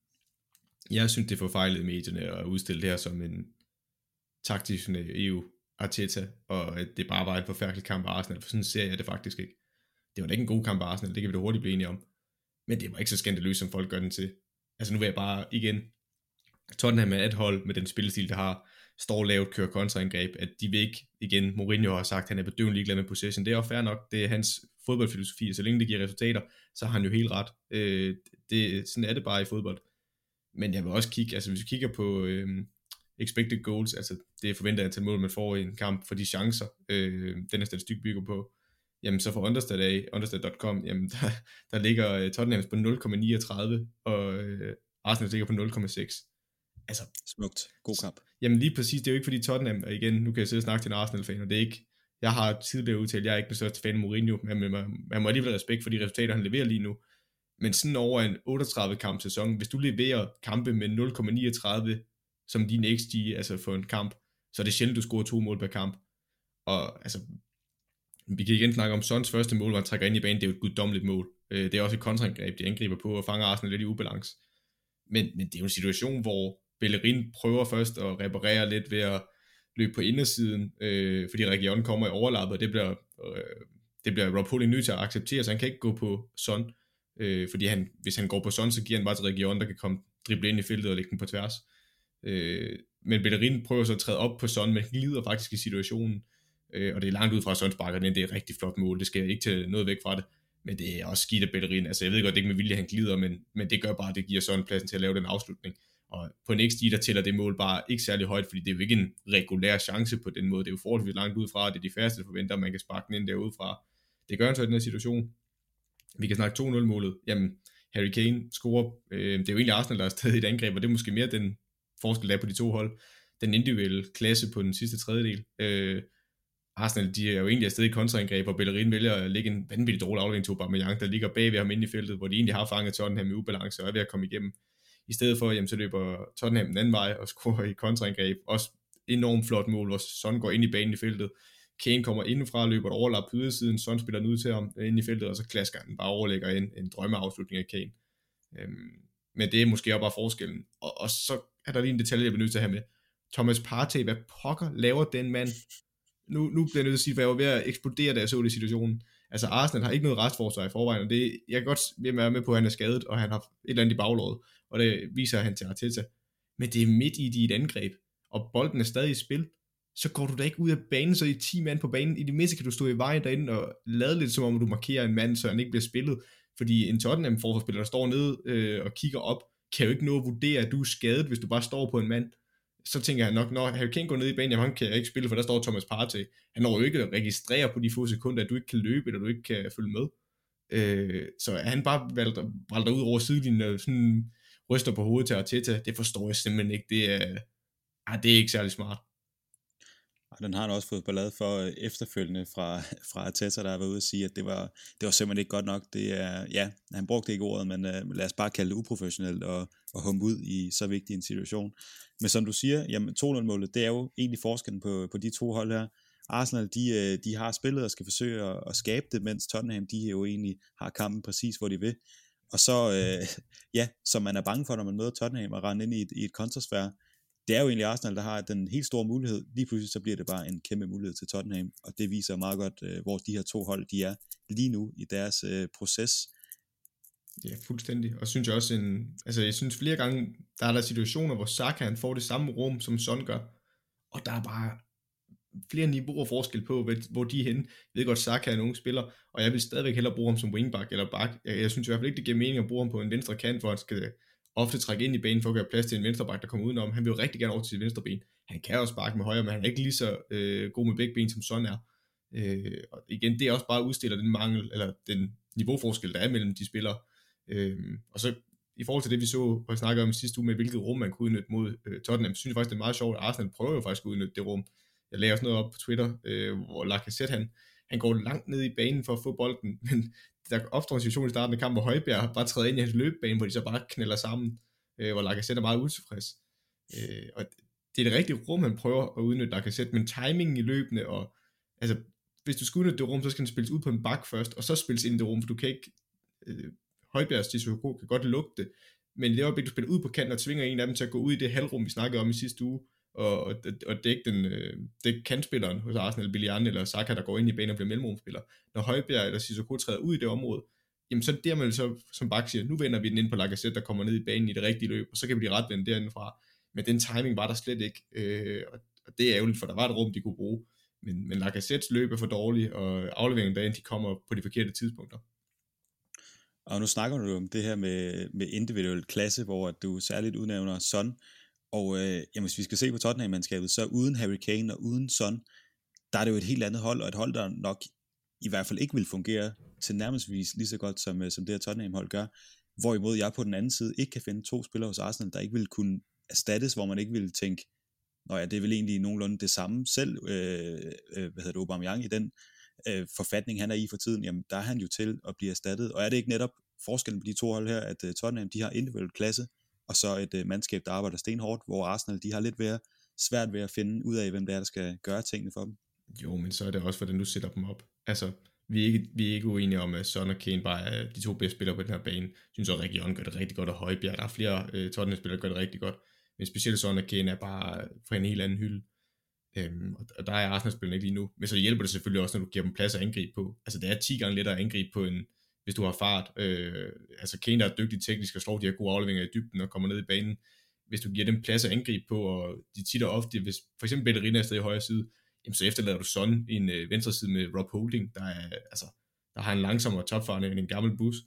det er forfejlet i medierne at udstille det her som en taktisk EU Arteta, og at det bare var en forfærdelig kamp af Arsenal, for sådan ser jeg det faktisk ikke. Det var da ikke en god kamp af Arsenal, det kan vi da hurtigt blive enige om. Men det var ikke så skandaløst, som folk gør den til. Altså, nu vil jeg bare igen, Tottenham er et hold med den spillestil, der har står lavt, kører kontraangreb, at de vil ikke, igen, Mourinho har sagt, at han er bedøvende ligeglad med possession. Det er jo fair nok, det er hans fodboldfilosofi, så længe det giver resultater, så har han jo helt ret. Sådan er det bare i fodbold. Men jeg vil også kigge, altså hvis vi kigger på expected goals, altså det er forventet antal mål, man får i en kamp for de chancer, den her statistik bygger på, jamen så for understat.com, jamen der ligger Tottenham på 0,39, og Arsenal ligger på 0,6. Altså, smukt. God kamp. Jamen lige præcis, det er jo ikke fordi Tottenham, og igen, nu kan jeg sidde og snakke til en Arsenal-fan, og det er ikke, jeg har tidligere udtalt, jeg er ikke den største fan af Mourinho, men man må alligevel respekt for de resultater, han leverer lige nu. Men sådan over en 38-kamp sæson, hvis du leverer kampe med 0,39 som din XG, altså for en kamp, så er det sjældent, du scorer 2 mål per kamp. Og altså, vi kan igen snakke om Sons første mål, hvor han trækker ind i banen, det er jo et guddommeligt mål. Det er også et kontraangreb, de angriber på og fanger Arsenal lidt i ubalance. Men det er jo en situation, hvor Bellerin prøver først at reparere lidt ved at løbe på indersiden, fordi Region kommer i overlappet, og det bliver Rob Holding nødt til at acceptere, så han kan ikke gå på Son, fordi hvis han går på Son, så giver han bare til Region, der kan komme drible ind i feltet og lægge den på tværs. Men Bellerin prøver så at træde op på Son, men glider faktisk i situationen, og det er langt ud fra Sons bakker, det er et rigtig flot mål, det skal jeg ikke tage noget væk fra det. Men det er også skidt af Bellerin. Altså jeg ved godt, det ikke med vilje, han glider, men det gør bare, at det giver sådan pladsen til at lave den afslutning. Og på en XG, der tæller det mål bare ikke særlig højt, fordi det er jo ikke en regulær chance på den måde. Det er jo forholdsvis langt ud fra, det er de færreste, der forventer, at man kan sparke den ind derudefra. Det gør han så i den her situation. Vi kan snakke 2-0-målet. Jamen, Harry Kane scorer. Det er jo egentlig Arsenal, der er stadig et angreb, og det er måske mere den forskel, der er på de to hold. Den individuelle klasse på den sidste tredjedel. Arsenal, de er jo egentlig afsted i kontraangreb, og Bellerin vælger at lægge en vanvittig dårlig aflevering til Aubameyang, der ligger bag ved ham inde i feltet, hvor de egentlig har fanget Tottenham i ubalance og er ved at komme igennem. I stedet for, jamen, så løber Tottenham den anden vej og scorer i kontraangreb. Også enormt flot mål, hvor Son går ind i banen i feltet. Kane kommer indenfra, løber et overlap på ydersiden, Son spiller den ud til ham ind i feltet, og så klasker han bare overlægger en drømmeafslutning af Kane. Men det er måske også bare forskellen. Og så er der lige en detalje, jeg bliver nødt til at have med. Thomas Partey, hvad pokker laver den mand? Nu bliver jeg nødt til at sige, for jeg var ved at eksplodere, da jeg så det i situationen. Altså Arsenal har ikke noget restforsvar i forvejen, og det, jeg kan godt være med på, at han er skadet, og han har et eller andet i baglåret, og det viser han til Arteta. Men det er midt i dit angreb, og bolden er stadig i spil, så går du da ikke ud af banen, så i 10 mand på banen. I det mindste kan du stå i vejen derinde og lade lidt, som om du markerer en mand, så han ikke bliver spillet. Fordi en Tottenham-forsvarsspiller, der står nede og kigger op, kan jo ikke nå at vurdere, at du er skadet, hvis du bare står på en mand. Så tænker han nok, når Harry Kane går ned i banen, jamen han kan ikke spille, for der står Thomas Partey. Han når jo ikke at registrere på de få sekunder, at du ikke kan løbe, eller du ikke kan følge med. Så er han bare valgt ud over sidelinjen og sådan ryster på hovedet til Arteta, det forstår jeg simpelthen ikke. Det er ikke særlig smart. Og den har han også fået ballade for efterfølgende fra Arteta, der har været ude og sige, at det var simpelthen ikke godt nok. Det er, ja, han brugte ikke ordet, men lad os bare kalde det uprofessionelt og humpe ud i så vigtig en situation. Men som du siger, jamen 2-0-målet, det er jo egentlig forskellen på de to hold her. Arsenal, de har spillet og skal forsøge at skabe det, mens Tottenham, de jo egentlig har kampen præcis, hvor de vil. Og så, ja, som man er bange for, når man møder Tottenham og rende ind i et kontrasfære, det er jo egentlig Arsenal, der har den helt store mulighed. Lige pludselig så bliver det bare en kæmpe mulighed til Tottenham, og det viser meget godt, hvor de her to hold, de er lige nu i deres proces. Ja, fuldstændig. Og synes jeg også, jeg synes flere gange, der er der situationer, hvor Saka han får det samme rum, som Son gør, og der er bare flere niveauer forskel på, hvor de er henne. Jeg ved godt, Saka er en ung spiller, og jeg vil stadigvæk hellere bruge ham som wingback eller back. Jeg synes i hvert fald ikke, det giver mening at bruge ham på en venstre kant, hvor han skal ofte trække ind i banen for at gøre plads til en venstreback, der kommer udenom. Han vil jo rigtig gerne over til sit venstre ben. Han kan også sparke med højre, men han er ikke lige så god med begge ben, som Son er. Og igen, det er også bare udstiller den mangel, eller den niveauforskel, der er mellem de spillere. Og så i forhold til det, vi så og snakkede om sidste uge med, hvilket rum man kunne udnytte mod Tottenham, synes jeg faktisk, det er meget sjovt, at Arsenal prøver jo faktisk at udnytte det rum. Jeg lagde også noget op på Twitter, hvor Lacazette, han går langt ned i banen for at få bolden, men der opstår en situation i starten af kampen, hvor Højbjerg bare træder ind i hans løbebane, hvor de så bare knælder sammen, hvor Lacazette er meget utilfreds. Og det er det rigtige rum, han prøver at udnytte Lacazette, men timingen i løbende, og altså, hvis du skal udnytte det rum, så skal den spilles ud på en bak først, og så spilles ind i det rum, for du kan ikke, Højbjergs Sissoko kan godt lugte det, men i det øjeblik, du spiller ud på kanten og tvinger en af dem til at gå ud i det halvrum, vi snakkede om i sidste uge, og det er kantspilleren hos Arsenal, Willian eller Saka, der går ind i banen og bliver mellemrumspiller. Når Højbjerg eller Sissoko træder ud i det område, jamen så der man så som bak siger, nu vender vi den ind på Lacazette, der kommer ned i banen i det rigtige løb, og så kan vi blive retvende derindefra. Men den timing var der slet ikke, og det er ærgerligt, for der var et rum, de kunne bruge. Men Lacazettes løb er for dårlig, og afleveringen derinde, de kommer på de forkerte tidspunkter. Og nu snakker du om det her med individuel klasse, hvor du særligt udnævner Son. Og jamen, hvis vi skal se på Tottenham-mandskabet, så uden Harry Kane og uden Son, der er det jo et helt andet hold, og et hold, der nok i hvert fald ikke vil fungere til nærmestvis lige så godt, som det her Tottenham-hold gør. Hvorimod jeg på den anden side ikke kan finde to spillere hos Arsenal, der ikke vil kunne erstattes, hvor man ikke vil tænke, nå ja, det er vel egentlig nogenlunde det samme selv, Aubameyang i den forfatning, han er i for tiden, jamen der er han jo til at blive erstattet. Og er det ikke netop forskellen på de to hold her, at Tottenham, de har individuel klasse, og så et mandskab, der arbejder stenhårdt, hvor Arsenal, de har lidt svært ved at finde ud af, hvem det er, der skal gøre tingene for dem. Jo, men så er det også, hvordan du sætter dem op. Altså, vi er ikke uenige om, at Son og Kane bare er de to bedste spillere på den her bane. Jeg synes også, at Region gør det rigtig godt, og Højbjerg, der er flere Tottenham-spillere, der gør det rigtig godt. Men specielt Son og Kane er bare fra en helt anden hylde. Og der er Arsenal-spillerne ikke lige nu. Men så hjælper det selvfølgelig også, når du giver dem plads at angribe på. Altså, det er 10 gange lettere at angribe på, hvis du har fart. Altså, Kane, der er dygtig teknisk og slår de her gode afleveringer i dybden og kommer ned i banen. Hvis du giver dem plads at angribe på, og de tit og ofte, hvis for eksempel Bellerin er stadig i højre side, jamen så efterlader du Son i en venstre side med Rob Holding, der har en langsommere topfarende end en gammel bus.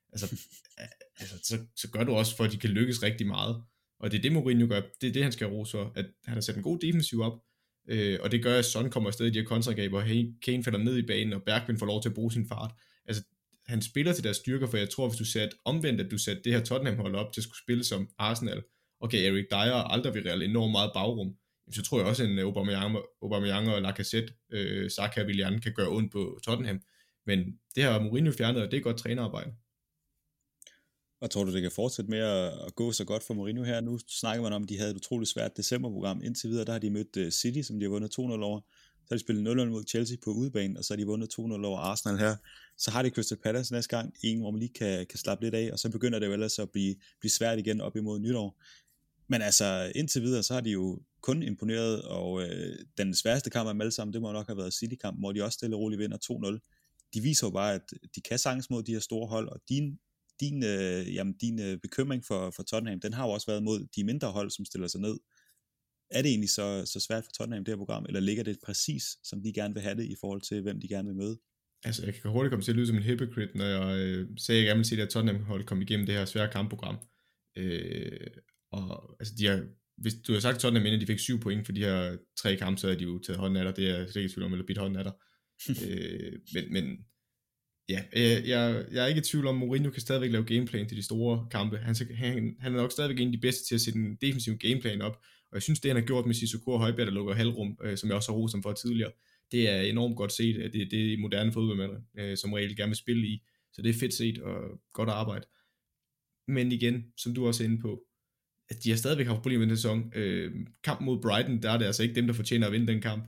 Så gør du også for, at de kan lykkes rigtig meget. Og det er det, Mourinho gør. Det er det, han skal rose for, at han har sat en god defensiv op, og det gør, at Son kommer afsted i de her kontraangreb, og Kane falder ned i banen, og Bergwijn får lov til at bruge sin fart. Altså, han spiller til deres styrker, for jeg tror, hvis du satte omvendt, at du satte det her Tottenham-hold op til at skulle spille som Arsenal, okay, Eric Dyer og Alderweireld enormt meget bagrum, så tror jeg også, at en Aubameyang og Lacazette, Saka og Willian kan gøre ondt på Tottenham. Men det har Mourinho fjernet, og det er godt trænerarbejde. Og tror du, det kan fortsætte med at gå så godt for Mourinho her? Nu snakker man om, at de havde et utroligt svært decemberprogram. Indtil videre, der har de mødt City, som de har vundet 2-0 over. Så har de spillet 0-0 mod Chelsea på udebane, og så har de vundet 2-0 over Arsenal her. Så har de Crystal Palace næste gang, en hvor man lige kan slappe lidt af, og så begynder det jo ellers at blive svært igen op imod nytår. Men altså, indtil videre, så har de jo kun imponeret, og den sværeste kamp af dem alle sammen, det må nok have været City-kampen, hvor de også stille og roligt vinder 2-0. De viser jo bare, at de kan sagtens mod de her store hold, og din bekymring for Tottenham, den har jo også været mod de mindre hold, som stiller sig ned. Er det egentlig så svært for Tottenham, det her program, eller ligger det præcis, som de gerne vil have det, i forhold til, hvem de gerne vil møde? Altså, jeg kan hurtigt komme til at lyde som en hypocrite, når jeg sagde, at jeg gerne vil se, at Tottenham-hold komme igennem det her svære kampprogram. Og altså, hvis du har sagt Tottenham, inden de fik 7 point for de her 3 kampe, så er de jo taget hånden af dig, det er jeg slet ikke i tvivl om, eller bidt hånden af dig. Men ja, jeg er ikke i tvivl om, at Mourinho kan stadigvæk lave gameplan til de store kampe. Han er nok stadigvæk en af de bedste til at sætte en defensiv gameplan op, Og jeg synes, det han har gjort med Sissoko og Højbjerg, der lukker halvrum, som jeg også har rost ham for tidligere, det er enormt godt set. Det er moderne fodboldmænd, som regel gerne vil spille i. Så det er fedt set og godt arbejde. Men igen, som du også er inde på, at de har stadigvæk haft problemer i den sæson. Kampen mod Brighton, der er det altså ikke dem, der fortjener at vinde den kamp.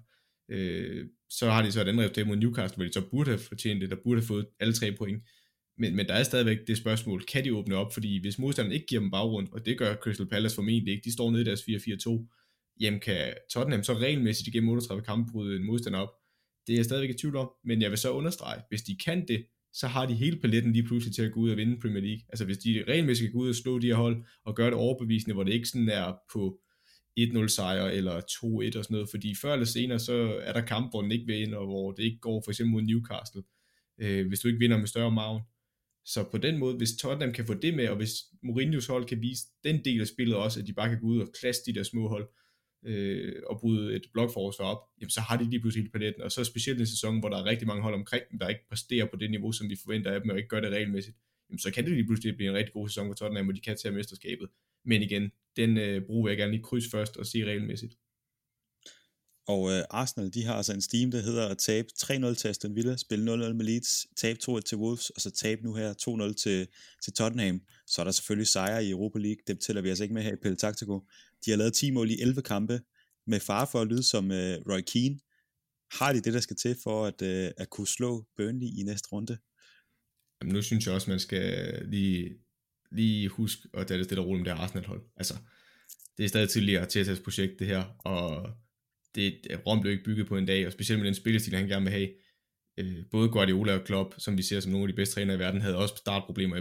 Så har de så et andet resultat mod Newcastle, hvor de så burde have fortjent det, der burde have fået alle 3 point. Men der er stadigvæk det spørgsmål, kan de åbne op? Fordi hvis modstanderen ikke giver dem bagrund, og det gør Crystal Palace formentlig ikke, de står nede i deres 4-4-2, jamen kan Tottenham så regelmæssigt igennem 38 kampe bryde en modstander op? Det er jeg stadigvæk i tvivl om, men jeg vil så understrege, hvis de kan det, så har de hele paletten lige pludselig til at gå ud og vinde Premier League. Altså hvis de regelmæssigt kan gå ud og slå de her hold, og gøre det overbevisende, hvor det ikke sådan er på 1-0 sejr eller 2-1 og sådan noget, fordi før eller senere, så er der kampe, hvor den ikke vil ind, og hvor det ikke går for eksempel mod Newcastle, hvis du ikke vinder med større margin. Så på den måde, hvis Tottenham kan få det med, og hvis Mourinhos hold kan vise den del af spillet også, at de bare kan gå ud og klasse de der små hold, og bryde et blokforsvar op, jamen så har de lige pludselig paletten, og så specielt en sæson, hvor der er rigtig mange hold omkring dem, der ikke præsterer på det niveau, som vi forventer af dem, og ikke gør det regelmæssigt, jamen så kan det lige pludselig blive en rigtig god sæson for Tottenham, hvor de kan tage mesterskabet. Men igen, den brug vil jeg gerne lige krydse først og se regelmæssigt. Og Arsenal, de har altså en steam, der hedder at tabe 3-0 til Aston Villa, spille 0-0 med Leeds, tabe 2-1 til Wolves, og så tabe nu her 2-0 til Tottenham. Så er der selvfølgelig sejre i Europa League, dem tæller vi altså ikke med her i Pelle Taktiko. De har lavet 10 mål i 11 kampe, med fare for at lyde som Roy Keane. Har de det, der skal til for at kunne slå Burnley i næste runde? Jamen, nu synes jeg også, man skal lige huske, at det er det, der ruller med det Arsenal-hold. Altså, det er stadig tidligere til at projekt, det her, og Rom blev ikke bygget på en dag, og specielt med den spillestil, han gerne vil have. Både Guardiola og Klopp, som vi ser som nogle af de bedste trænere i verden, havde også startproblemer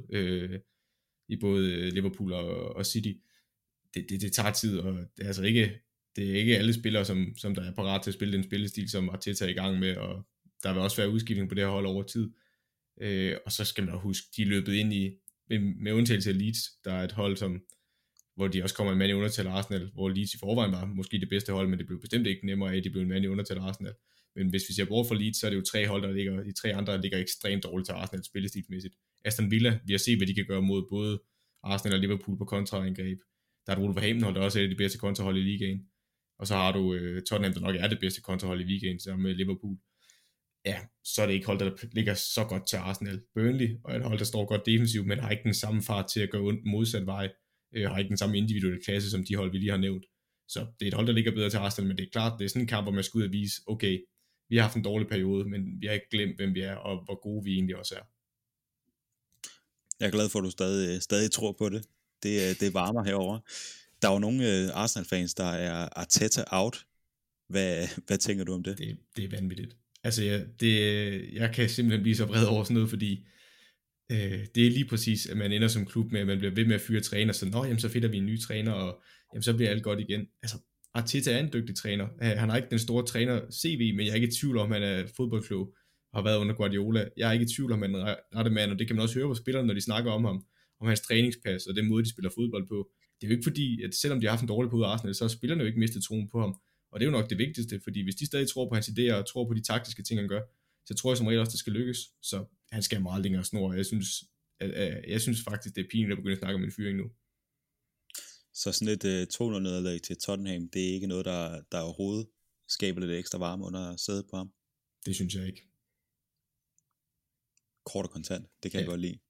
i både Liverpool og City. Det tager tid, og det er ikke alle spillere, som der er parat til at spille den spillestil, som Arteta er i gang med, og der vil også være udskiftning på det her hold over tid. Og så skal man da huske, de er løbet ind i, med undtagelse af Leeds, der er et hold, hvor de også kommer en mand i undertal Arsenal, hvor Leeds i forvejen var måske det bedste hold, men det blev bestemt ikke nemmere af, at de blev en mand i undertal Arsenal. Men hvis vi ser bort fra Leeds, så er det jo 3 hold, de 3 andre ligger ekstremt dårligt til Arsenal spillestilsmæssigt. Aston Villa, vi har set, hvad de kan gøre mod både Arsenal og Liverpool på kontraangreb. Der er et Wolverhampton-hold, der også er det bedste kontrahold i ligaen. Og så har du Tottenham, der nok er det bedste kontrahold i ligaen, sammen med Liverpool. Ja, så er det ikke hold, der ligger så godt til Arsenal. Burnley, og et hold, der står godt defensivt, men har ikke den samme fart til at gøre ondt modsat vej. Har ikke den samme individuelle klasse, som de hold, vi lige har nævnt. Så det er et hold, der ligger bedre til Arsenal, men det er klart, det er sådan en kamp, hvor man skal ud og vise, okay, vi har haft en dårlig periode, men vi har ikke glemt, hvem vi er, og hvor gode vi egentlig også er. Jeg er glad for, at du stadig tror på det. Det varmer herover. Der er jo nogle Arsenal-fans, der er Arteta out. Hvad tænker du om det? Det er vanvittigt. Altså, jeg kan simpelthen blive så vred over sådan noget, fordi det er lige præcis, at man ender som klub med, at man bliver ved med at fyre træner, så jamen, så finder vi en ny træner, og jamen, så bliver alt godt igen. Altså, Arteta er en dygtig træner. Han har ikke den store træner-CV, men jeg er ikke i tvivl om, at han er fodboldklog, har været under Guardiola. Jeg er ikke i tvivl om, at han er rette mand, og det kan man også høre på spillerne, når de snakker om ham, om hans træningspas, og den måde, de spiller fodbold på. Det er jo ikke fordi, at selvom de har haft en dårlig periode af Arsenal, så har spillerne jo ikke mistet troen på ham. Og det er jo nok det vigtigste, fordi hvis de stadig tror på hans idéer, og tror på de taktiske ting, han gør, så tror jeg som regel også, det skal lykkes. Så han skal meget længere snor. Jeg synes faktisk, det er pinligt at begynde at snakke om en fyring nu. Så sådan et 2-0-nederlag til Tottenham, det er ikke noget, der overhovedet skaber lidt ekstra varme under sædet på ham? Det synes jeg ikke. Kort og kontant, det kan jeg godt lide.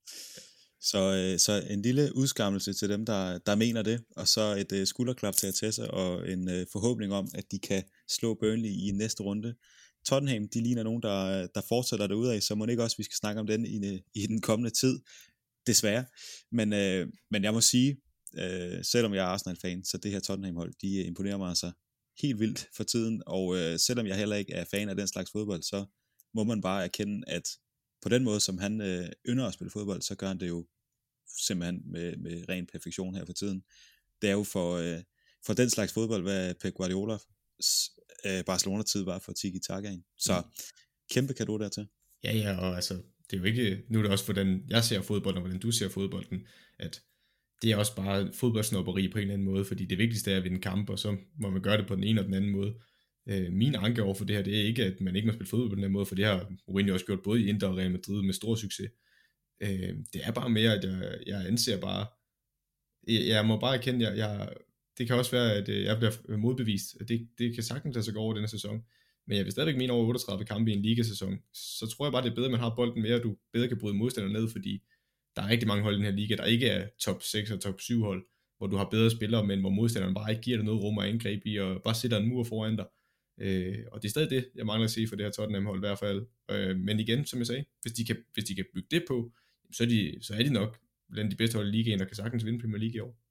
Så en lille udskammelse til dem, der mener det, og så et skulderklap til Arteta, og en forhåbning om, at de kan slå Burnley i næste runde. Tottenham, de ligner nogen, der fortsætter derudad, så må ikke også, vi skal snakke om den i den kommende tid, desværre. Men jeg må sige, selvom jeg er Arsenal-fan, så det her Tottenham-hold, de imponerer mig altså helt vildt for tiden, og selvom jeg heller ikke er fan af den slags fodbold, så må man bare erkende, at på den måde, som han ynder at spille fodbold, så gør han det jo simpelthen med ren perfektion her for tiden. Det er jo for den slags fodbold, hvad Pep Guardiola Barcelona-tid var for Tiki-Takaen. Så kæmpe cadeau dertil. Ja, og altså, det er jo ikke, nu er det også hvordan jeg ser fodbolden, og hvordan du ser fodbolden, at det er også bare fodboldsnobberi på en eller anden måde, fordi det vigtigste er at vinde kamp, og så må man gøre det på den ene og den anden måde. Min anke over for det her, det er ikke, at man ikke må spille fodbold på den her måde, for det har Mourinho også gjort både i Inter og Real Madrid med stor succes. Det er bare mere, at jeg anser bare, jeg må bare erkende, det kan også være, at jeg bliver modbevist. Det kan sagtens lade sig gå over denne sæson. Men jeg vil stadigvæk mene over 38 kampe i en ligasæson. Så tror jeg bare, det er bedre, at man har bolden mere, og du bedre kan bryde modstandere ned, fordi der er rigtig mange hold i den her liga, der ikke er top 6 og top 7 hold, hvor du har bedre spillere, men hvor modstanderen bare ikke giver dig noget rum og angreb i, og bare sætter en mur foran dig. Og det er stadig det, jeg mangler at se for det her Tottenham-hold i hvert fald. Men igen, som jeg sagde, hvis de kan bygge det på, så er de nok blandt de bedste hold i ligaen, der kan sagtens vinde Premier League i år.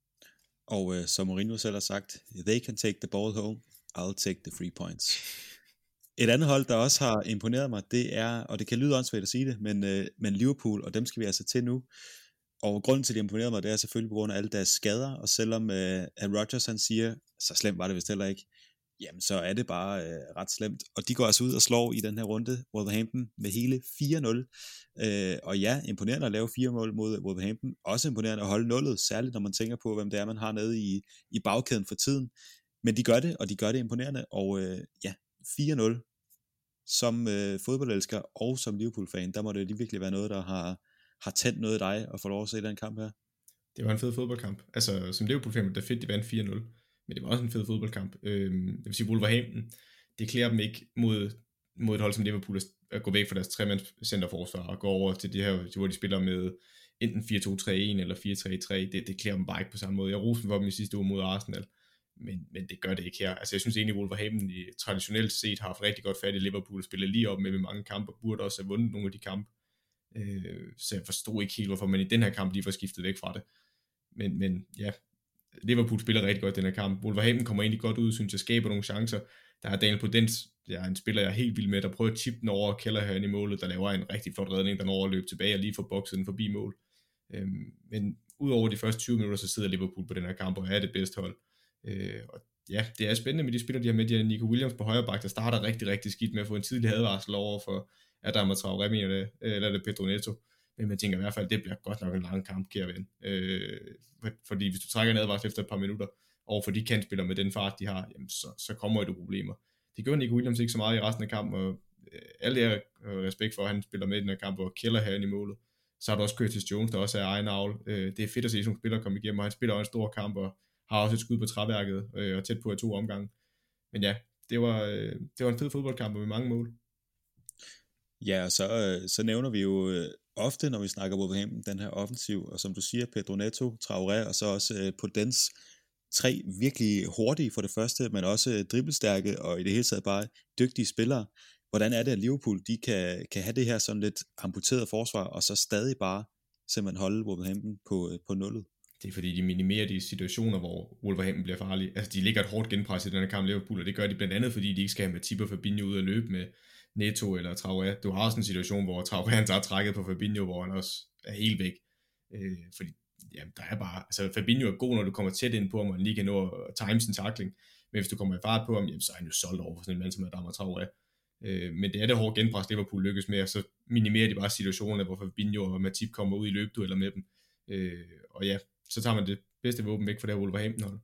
Og som Mourinho selv har sagt, they can take the ball home, I'll take the 3 points. Et andet hold, der også har imponeret mig, det er, og det kan lyde åndssvagt at sige det, men Liverpool, og dem skal vi altså til nu. Og grunden til, at de imponerede mig, det er selvfølgelig på grund af alle deres skader, og selvom Rodgers han siger, så slemt var det vist heller ikke, jamen så er det bare ret slemt. Og de går altså ud og slår i den her runde Wolverhampton med hele 4-0. Og ja, imponerende at lave 4 mål mod Wolverhampton. Også imponerende at holde nullet, særligt når man tænker på, hvem det er, man har nede i bagkæden for tiden. Men de gør det, og de gør det imponerende. Og ja, 4-0 som fodboldelsker og som Liverpool-fan, der må det virkelig være noget, der har tændt noget i dig at få lov at se den kamp her. Det var en fed fodboldkamp. Altså, som Liverpool-fan, der fedt, de vandt 4-0. Men det var også en fed fodboldkamp. Det vil sige, Wolverhampton, det klæder dem ikke mod et hold som Liverpool at gå væk fra deres tremandscenterforsvar og gå over til det her, hvor de spiller med enten 4-2-3-1 eller 4-3-3. Det klæder dem bare ikke på samme måde. Jeg roste for dem i sidste uge mod Arsenal, men det gør det ikke her. Altså, jeg synes egentlig, Wolverhampton traditionelt set har haft rigtig godt fat i Liverpool, spillet lige op med mange kampe, og burde også have vundet nogle af de kampe. Så jeg forstod ikke helt, hvorfor man i den her kamp lige får skiftet væk fra det. Men ja, Liverpool spiller rigtig godt den her kamp. Wolverhampton kommer egentlig godt ud, synes jeg, skaber nogle chancer. Der er Daniel Podence, der er en spiller, jeg er helt vild med, der prøver at chippe den over Kelleher i målet, der laver en rigtig flot redning, der når at løbe tilbage og lige får bokset den forbi mål. Men udover de første 20 minutter, så sidder Liverpool på den her kamp og er det bedste hold. Og ja, det er spændende med de spillere, de har med. De har Nico Williams på højre bak, der starter rigtig, rigtig skidt med at få en tidlig advarsel over for Adama Traoré, eller det Pedro Neto. Men man tænker i hvert fald, det bliver godt nok en lang kamp, kære ven. Fordi hvis du trækker en advarsel efter et par minutter, og for de kantspillere med den fart, de har, jamen så kommer du problemer. Det gør Nico Williams ikke så meget i resten af kampen, og alle er respekt for, at han spiller med i den her kamp, og kælder herinde i målet. Så har du også Curtis Jones, der også er egen avl. Det er fedt at se sådan nogle spillere komme igennem, og han spiller også en stor kamp, og har også et skud på træværket, og tæt på 2 omgange. Men ja, det var en fed fodboldkamp med mange mål. Ja, og så nævner vi jo ofte, når vi snakker Wolverhampton, den her offensiv, og som du siger, Pedro Neto, Traoré, og så også Podence, 3 virkelig hurtige for det første, men også dribbelstærke, og i det hele taget bare dygtige spillere. Hvordan er det, at Liverpool, de kan have det her sådan lidt amputeret forsvar, og så stadig bare simpelthen holde Wolverhampton på nullet? Det er fordi, de minimerer de situationer, hvor Wolverhampton bliver farlige. Altså, de ligger et hårdt genpres i den her kamp Liverpool, og det gør de blandt andet, fordi de ikke skal have Matip og Fabinho ud og løbe med Neto eller Traoré. Du har også en situation, hvor Traoré han tager trækket på Fabinho, hvor han også er helt væk. Fordi jamen, der er bare, altså Fabinho er god, når du kommer tæt ind på ham, og han lige kan nå at time sin tackling. Men hvis du kommer i fart på ham, jamen, så er han jo solgt over for sådan en mand som Adama Traoré. Men det er det hårde genpres, Liverpool lykkes med, og så minimerer de bare situationer, hvor Fabinho og Matip kommer ud i løbedueller med dem. Og ja, så tager man det bedste våben væk fra det her Wolverhampton-hold.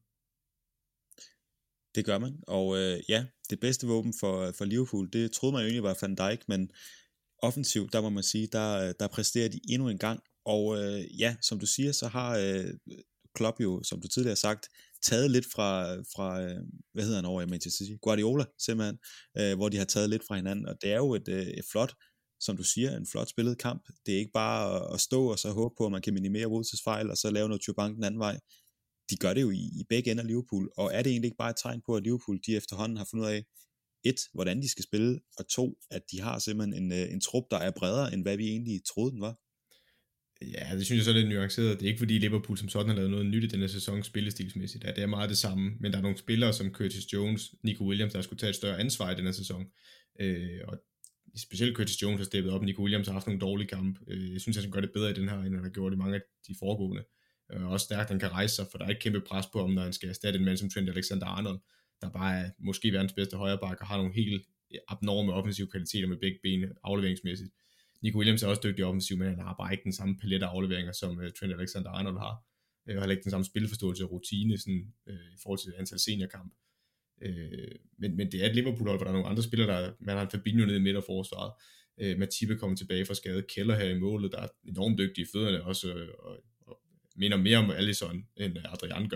Det gør man, og ja, det bedste våben for Liverpool, det troede man jo egentlig var Van Dijk, men offensivt, der må man sige, der præsterer de endnu en gang, og ja, som du siger, så har Klopp jo, som du tidligere har sagt, taget lidt fra hvad hedder han over i Manchester City? Guardiola, simpelthen, hvor de har taget lidt fra hinanden, og det er jo et flot, som du siger, en flot spillet kamp. Det er ikke bare at stå og så håbe på, at man kan minimere Wolves' fejl, og så lave noget tjubank den anden vej. De gør det jo i begge ender af Liverpool, og er det egentlig ikke bare et tegn på, at Liverpool, de efterhånden har fundet ud af, 1, hvordan de skal spille, og 2, at de har simpelthen en trup, der er bredere, end hvad vi egentlig troede den var? Ja, det synes jeg så er lidt nuanceret. Det er ikke fordi Liverpool som sådan har lavet noget nyt i denne sæson spillestilsmæssigt. Ja, det er meget det samme, men der er nogle spillere som Curtis Jones, Nico Williams, der skulle tage et større ansvar i denne sæson. Og specielt Curtis Jones har steppet op. Nico Williams har haft nogle dårlige kampe. Jeg synes, han gør det bedre i den her, end han har gjort i mange af de foregående. Også stærkt, han kan rejse sig, for der er ikke kæmpe pres på ham, når han skal erstatte en mand som Trent Alexander-Arnold, der bare er måske verdens bedste højreback og har nogle helt abnorme offensive kvaliteter med begge ben afleveringsmæssigt. Nico Williams er også dygtig offensiv, men han har bare ikke den samme palet af afleveringer, som Trent Alexander-Arnold har. Og heller ikke den samme spilforståelse og rutine sådan, i forhold til antal seniorkamp. Men det er et Liverpool-hold, hvor der er nogle andre spillere, man har en Fabinho nede i midterforsvaret. Matip er kommet tilbage fra skade. Keller her i målet, der er enormt dygtig i fødderne også, og minder mere om Alisson, end Adrian gør.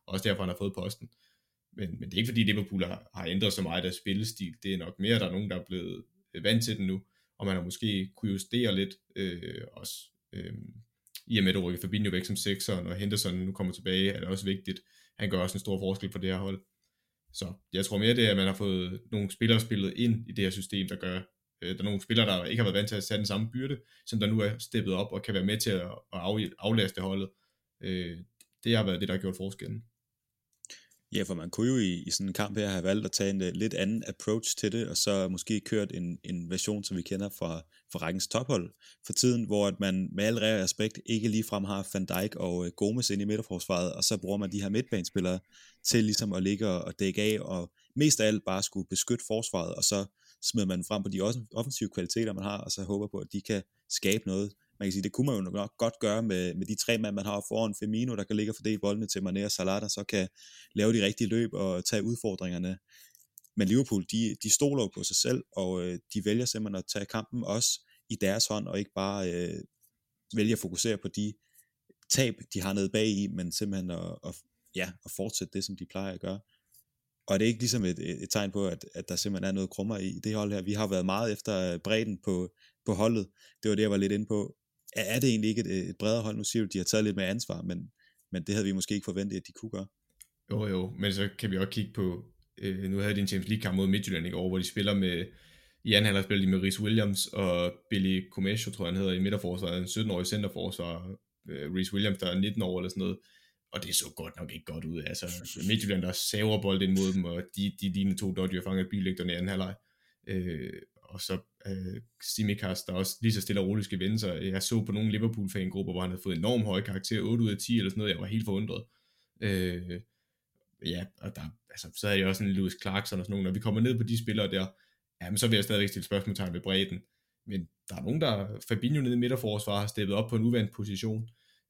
også derfor han har fået posten. Men det er ikke fordi Liverpool har ændret så meget af spillestil, det er nok mere, at der er nogen, der er blevet vant til den nu, og man har måske kunne justere lidt, også i og med at rykke Fabinho væk som sekser, og Henderson nu kommer tilbage, er det også vigtigt. Han gør også en stor forskel på det her hold. Så jeg tror mere det er, at man har fået nogle spillere spillet ind i det her system, der gør, der er nogle spillere, der ikke har været vant til at sætte den samme byrde, som der nu er steppet op og kan være med til at aflaste holdet. Det har været det, der har gjort forskellen. Ja, for man kunne jo i sådan en kamp her have valgt at tage en lidt anden approach til det, og så måske kørt en version, som vi kender fra rækkens tophold for tiden, hvor at man med al respekt ikke ligefrem har Van Dijk og Gomez ind i midterforsvaret, og så bruger man de her midtbanespillere til ligesom at ligge og dække af, og mest af alt bare skulle beskytte forsvaret, og så smider man frem på de offensive kvaliteter, man har, og så håber på, at de kan skabe noget. Man kan sige, det kunne man jo nok godt gøre med de 3 mand, man har foran Firmino, der kan ligge og fordele boldene til Mané og Salah, der så kan lave de rigtige løb og tage udfordringerne. Men Liverpool, de stoler på sig selv, og de vælger simpelthen at tage kampen også i deres hånd, og ikke bare vælge at fokusere på de tab, de har nede bag i, men simpelthen at fortsætte det, som de plejer at gøre. Og det er ikke ligesom et tegn på, at der simpelthen er noget krummer i det hold her. Vi har været meget efter bredden på holdet. Det var det, jeg var lidt inde på. Er det egentlig ikke et bredere hold? Nu siger du, de har taget lidt mere ansvar, men det havde vi måske ikke forventet, at de kunne gøre. Jo, men så kan vi også kigge på, nu havde de en Champions League-kamp mod Midtjylland i går, hvor de spiller med, i anden halvleg spiller de med Reece Williams og Billy Comescio, tror jeg han hedder, i midterforsvaret, en 17-årig centerforsvar, Reece Williams, der er 19 år eller sådan noget, og det så godt nok ikke godt ud. Altså, Midtjylland, der saver bold ind mod dem, og de lignede 2 dodger fanget billygterne i anden halvleg. Og så Tsimikas, der også lige så stille og roligt skal vende sig. Jeg så på nogle Liverpool-fangrupper, hvor han havde fået enormt høje karakterer, 8 ud af 10 eller sådan noget, jeg var helt forundret. Ja, og der, altså, så havde jeg også en Lewis Clarkson og sådan nogle, når vi kommer ned på de spillere der, jamen, så vil jeg stadigvæk stille spørgsmålstegn ved bredden. Men der er nogen, der Fabinho nede i midterforsvar har steppet op på en uvandt position.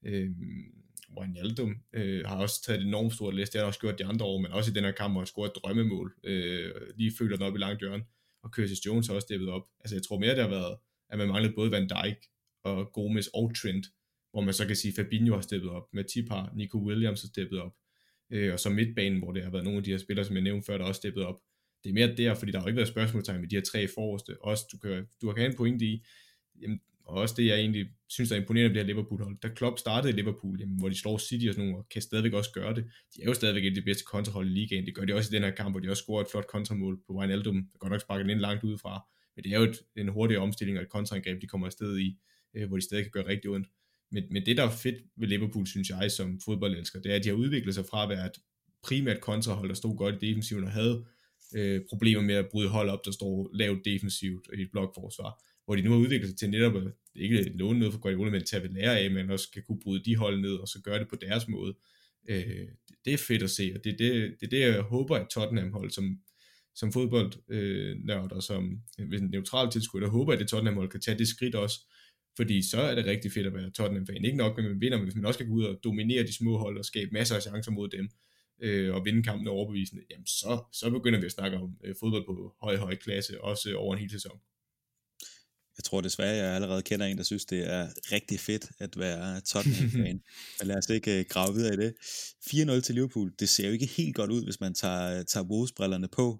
Wijnaldum har også taget et enormt stort læs, det har han også gjort de andre år, men også i den her kamp, hvor han scorer et drømmemål, lige føler den op i langt hjørne, og Curtis Jones har også steppet op. Altså jeg tror mere, det har været, at man manglede både Van Dijk og Gomez og Trent, hvor man så kan sige, Fabinho har steppet op, Matip har, Nico Williams har steppet op, og så midtbanen, hvor det har været nogle af de her spillere, som jeg nævnte før, der også steppet op. Det er mere der, fordi der har jo ikke været spørgsmålstegn med de her 3 forreste. Også du kan have en pointe i, jamen, og også det, jeg egentlig synes, der er imponerende ved det her Liverpool-hold. Da Klopp startede i Liverpool, jamen, hvor de slår City og sådan nogle, og kan stadigvæk også gøre det. De er jo stadigvæk et af de bedste kontrahold i ligaen. Det gør de også i den her kamp, hvor de også scorer et flot kontramål på Wijnaldum. Der godt nok sparker den ind langt udefra. Men det er jo en hurtig omstilling og et kontraangreb, de kommer afsted i, hvor de stadig kan gøre rigtig ondt. Men det, der er fedt ved Liverpool, synes jeg, som fodboldelsker, det er, at de har udviklet sig fra at være et primært kontrahold, der stod godt i defensiven og havde problemer med at bryde hold op, der står lavt defensivt i et blokforsvar, hvor de nu har udviklet sig til netop at ikke låne noget for Guardiola, men tage ved lære af, men også skal kunne bryde de hold ned, og så gøre det på deres måde. Det er fedt at se, og det er det, jeg håber, at Tottenham-hold som fodboldnørd og som en neutral tilskuer, der håber, at det Tottenham-hold kan tage det skridt også, fordi så er det rigtig fedt at være Tottenham-fan. Ikke nok, at man vinder, men hvis man også kan gå ud og dominere de små hold og skabe masser af chancer mod dem, og vinde kampen overbevisende, jamen så begynder vi at snakke om fodbold på høj klasse, også over en hel sæson. Jeg tror desværre, jeg allerede kender en, der synes, det er rigtig fedt at være Tottenham-fan. Men lad os ikke grave videre i det. 4-0 til Liverpool, det ser jo ikke helt godt ud, hvis man tager Wolves-brillerne på.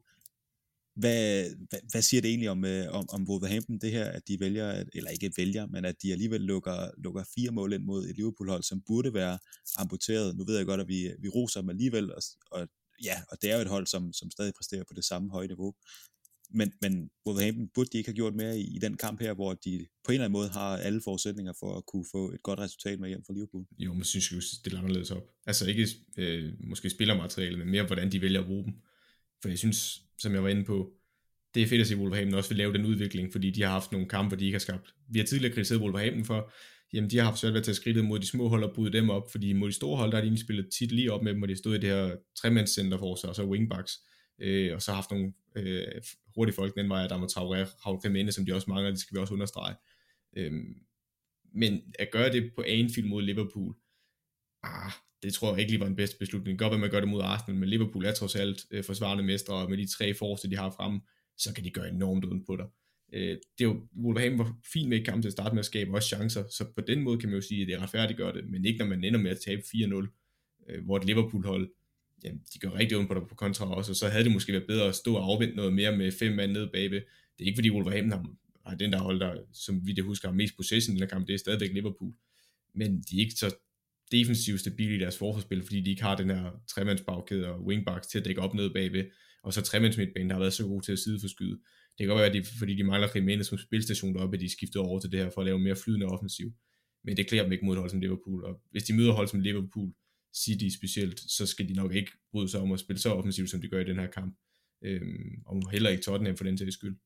Hvad siger det egentlig om Wolverhampton, det her, at de vælger, eller ikke vælger, men at de alligevel lukker 4 mål ind mod et Liverpool-hold, som burde være amputeret. Nu ved jeg godt, at vi roser dem alligevel, og det er jo et hold, som stadig præsterer på det samme høje niveau. Men Wolverhampton burde de ikke have gjort mere i den kamp her, hvor de på en eller anden måde har alle forudsætninger for at kunne få et godt resultat med hjem fra Liverpool. Jo, men synes jeg, det er anderledes op. Altså ikke måske spillermateriale, men mere hvordan de vælger at bruge dem. For jeg synes, som jeg var inde på, det er fedt at se Wolverhampton også vil lave den udvikling, fordi de har haft nogle kampe, hvor de ikke har skabt. Vi har tidligere kritiseret Wolverhampton for, jamen de har haft svært ved at tage skridtet mod de små hold og bryde dem op, fordi mod de store hold, der har de egentlig spillet tit lige op med dem, og de stod i det her tremandscenter for sig, og så wingbacks, og så har haft nogle hurtige folk den vej, der må Traoré, Raul Jiménez, som de også mangler, det skal vi også understrege. Men at gøre det på Anfield mod Liverpool, det tror jeg ikke lige var den bedste beslutning. Godt, at man gør det mod Arsenal, men Liverpool er trods alt forsvarende mestre, og med de 3 forreste, de har fremme, så kan de gøre enormt uden på dig. Det er jo, Wolverhampton var fint med i kampen til at starte med at skabe også chancer, så på den måde kan man jo sige, at det retfærdiggør det, men ikke når man ender med at tabe 4-0, hvor et Liverpool-hold jamen, de gør rigtig ondt på dig på kontra også, og så havde det måske været bedre at stå og afvente noget mere med 5 mand nede bagved. Det er ikke fordi Wolverhampton har den der hold, der, som vi det husker, har mest possession i den her kamp, det er stadigvæk Liverpool. Men de er ikke så defensivt stabile i deres forsvarsspil, fordi de ikke har den her tremandsbagkæde og wingbacks til at dække op nede bagved, og så tremandsmidtbanen, der har været så god til at sideforskyde. Det kan godt være, at det, fordi de mangler Jimenez som spilstation deroppe, at de skifter over til det her for at lave mere flydende offensiv. Men det klæder dem ikke mod et hold som Liverpool, og hvis de møder hold som Liverpool, City specielt, så skal de nok ikke bryde sig om at spille så offensivt, som de gør i den her kamp. Og heller ikke Tottenham for den til skyld.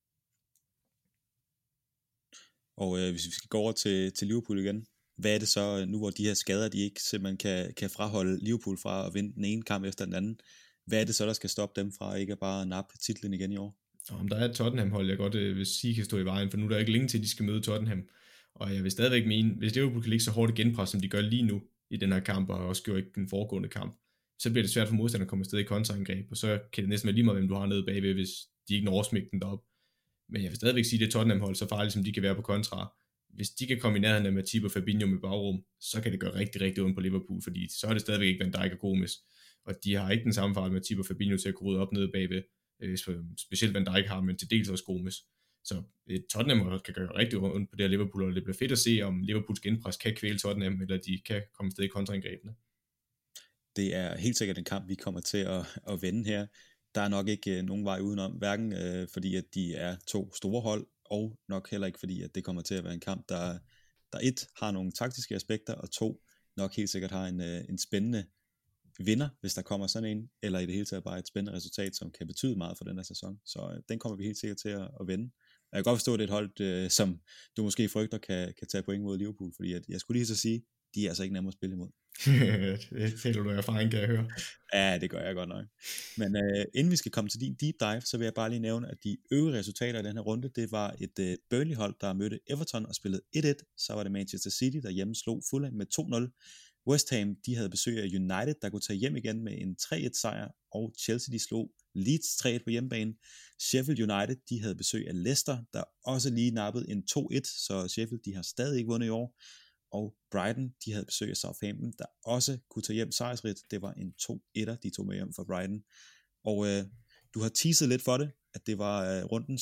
Og hvis vi skal gå over til Liverpool igen, hvad er det så, nu hvor de her skader, de ikke simpelthen kan fraholde Liverpool fra at vinde den ene kamp efter den anden, hvad er det så, der skal stoppe dem fra ikke at bare nappe titlen igen i år? Om der er et Tottenham-hold, jeg godt vil sige kan stå i vejen, for nu er der ikke længe til, de skal møde Tottenham. Og jeg vil stadigvæk mene, hvis Liverpool kan ligge så hårdt genpres, som de gør lige nu i den her kamp, og også gjorde ikke den foregående kamp, så bliver det svært for modstanderne at komme afsted i kontraangreb, og så kan det næsten være lige meget, hvem du har nede bagved, hvis de ikke når at smække den derop. Men jeg vil stadigvæk sige, at det Tottenham-hold, så farligt som de kan være på kontra, hvis de kan komme i nærheden af Matip og Fabinho med bagrum, så kan det gøre rigtig, rigtig ondt på Liverpool, fordi så er det stadigvæk ikke Van Dijk og Gomes, og de har ikke den samme fart med Matip og Fabinho til at kunne rydde op nede bagved, specielt Van Dijk har, men til dels også Gomes. Så Tottenham kan gøre rigtig ondt på det her Liverpool, og det bliver fedt at se, om Liverpools genpres kan kvæle Tottenham, eller de kan komme afsted i kontraangrebene. Det er helt sikkert en kamp, vi kommer til at vende her. Der er nok ikke nogen vej udenom, hverken fordi at de er to store hold, og nok heller ikke fordi, at det kommer til at være en kamp, der et har nogle taktiske aspekter, og to nok helt sikkert har en spændende vinder, hvis der kommer sådan en, eller i det hele taget bare et spændende resultat, som kan betyde meget for den her sæson. Så den kommer vi helt sikkert til at vende. Jeg kan godt forstå, at det er et hold, som du måske frygter kan tage point mod Liverpool, fordi at jeg skulle lige så sige, de er altså ikke nemmere at spille imod. Det fælder du erfaring, kan jeg høre. Ja, det gør jeg godt nok. Men inden vi skal komme til din deep dive, så vil jeg bare lige nævne, at de øvrige resultater i den her runde, det var et Burnley-hold, der mødte Everton og spillede 1-1. Så var det Manchester City, der hjemme slog Fulham med 2-0. West Ham, de havde besøg af United, der kunne tage hjem igen med en 3-1 sejr, og Chelsea, de slog Leeds 3-1 på hjemmebane. Sheffield United, de havde besøg af Leicester, der også lige nappede en 2-1, så Sheffield, de har stadig ikke vundet i år. Og Brighton, de havde besøg af Southampton, der også kunne tage hjem sejrsrigt. Det var en 2-1'er, de tog med hjem for Brighton. Og du har teaset lidt for det, at det var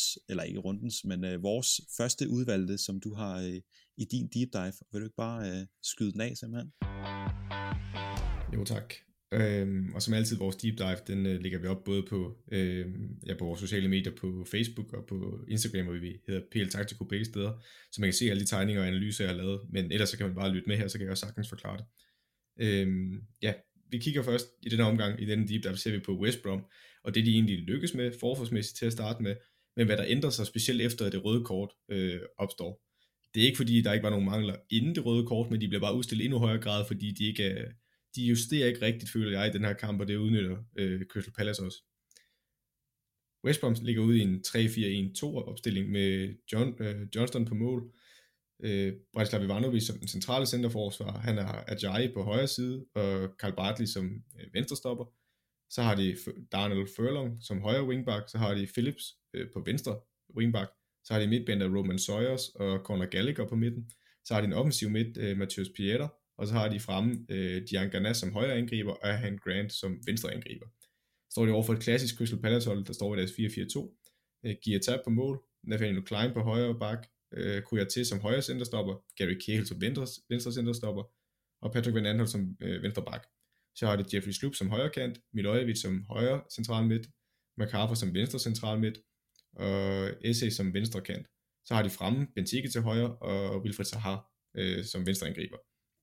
vores første udvalgte, som du har i din deep dive. Vil du ikke bare skyde den af simpelthen? Jo, tak. Og som altid, vores deep dive, den lægger vi op både på, på vores sociale medier, på Facebook og på Instagram, hvor vi hedder PL Taktiko begge steder, så man kan se alle de tegninger og analyser, jeg har lavet, men ellers så kan man bare lytte med her, så kan jeg også sagtens forklare det. Vi kigger først i denne omgang, i denne deep dive, ser vi på West Brom, og det de egentlig lykkes med, forsvarsmæssigt til at starte med, men hvad der ændrer sig specielt efter, at det røde kort opstår. Det er ikke fordi, der ikke var nogen mangler inden det røde kort, men de bliver bare udstillet i endnu højere grad, fordi de ikke er de justerer ikke rigtigt, føler jeg, i den her kamp, og det udnytter Crystal Palace også. West Brom ligger ude i en 3-4-1-2 opstilling med Johnston på mål, Bratislav Ivanovic som den centrale centerforsvar, han har Ajayi på højre side, og Carl Bartley som venstrestopper. Så har de Darnell Furlong som højre wingback, så har de Phillips på venstre wingback, så har de midtbaner Roman Sawyers og Conor Gallagher på midten, så har de en offensiv midt, Matheus Pieter, og så har de fremme Dian Ganas som højre angriber, og Han Grant som venstre angriber. Står de over for et klassisk Crystal Palace hold, der står i deres 4-4-2. Guaita på mål, Nathaniel Klein på højre bak, Kouyaté som højre centerstopper, Gary Cahill som venstre centerstopper, og Patrick Van Aanholt som venstre bak. Så har de Jeffrey Schlupp som højre kant, Milojevic som højre central midt, McCarver som venstre central midt, og Esse som venstre kant. Så har de fremme Benteke til højre, og Wilfried Zaha som venstre angriber.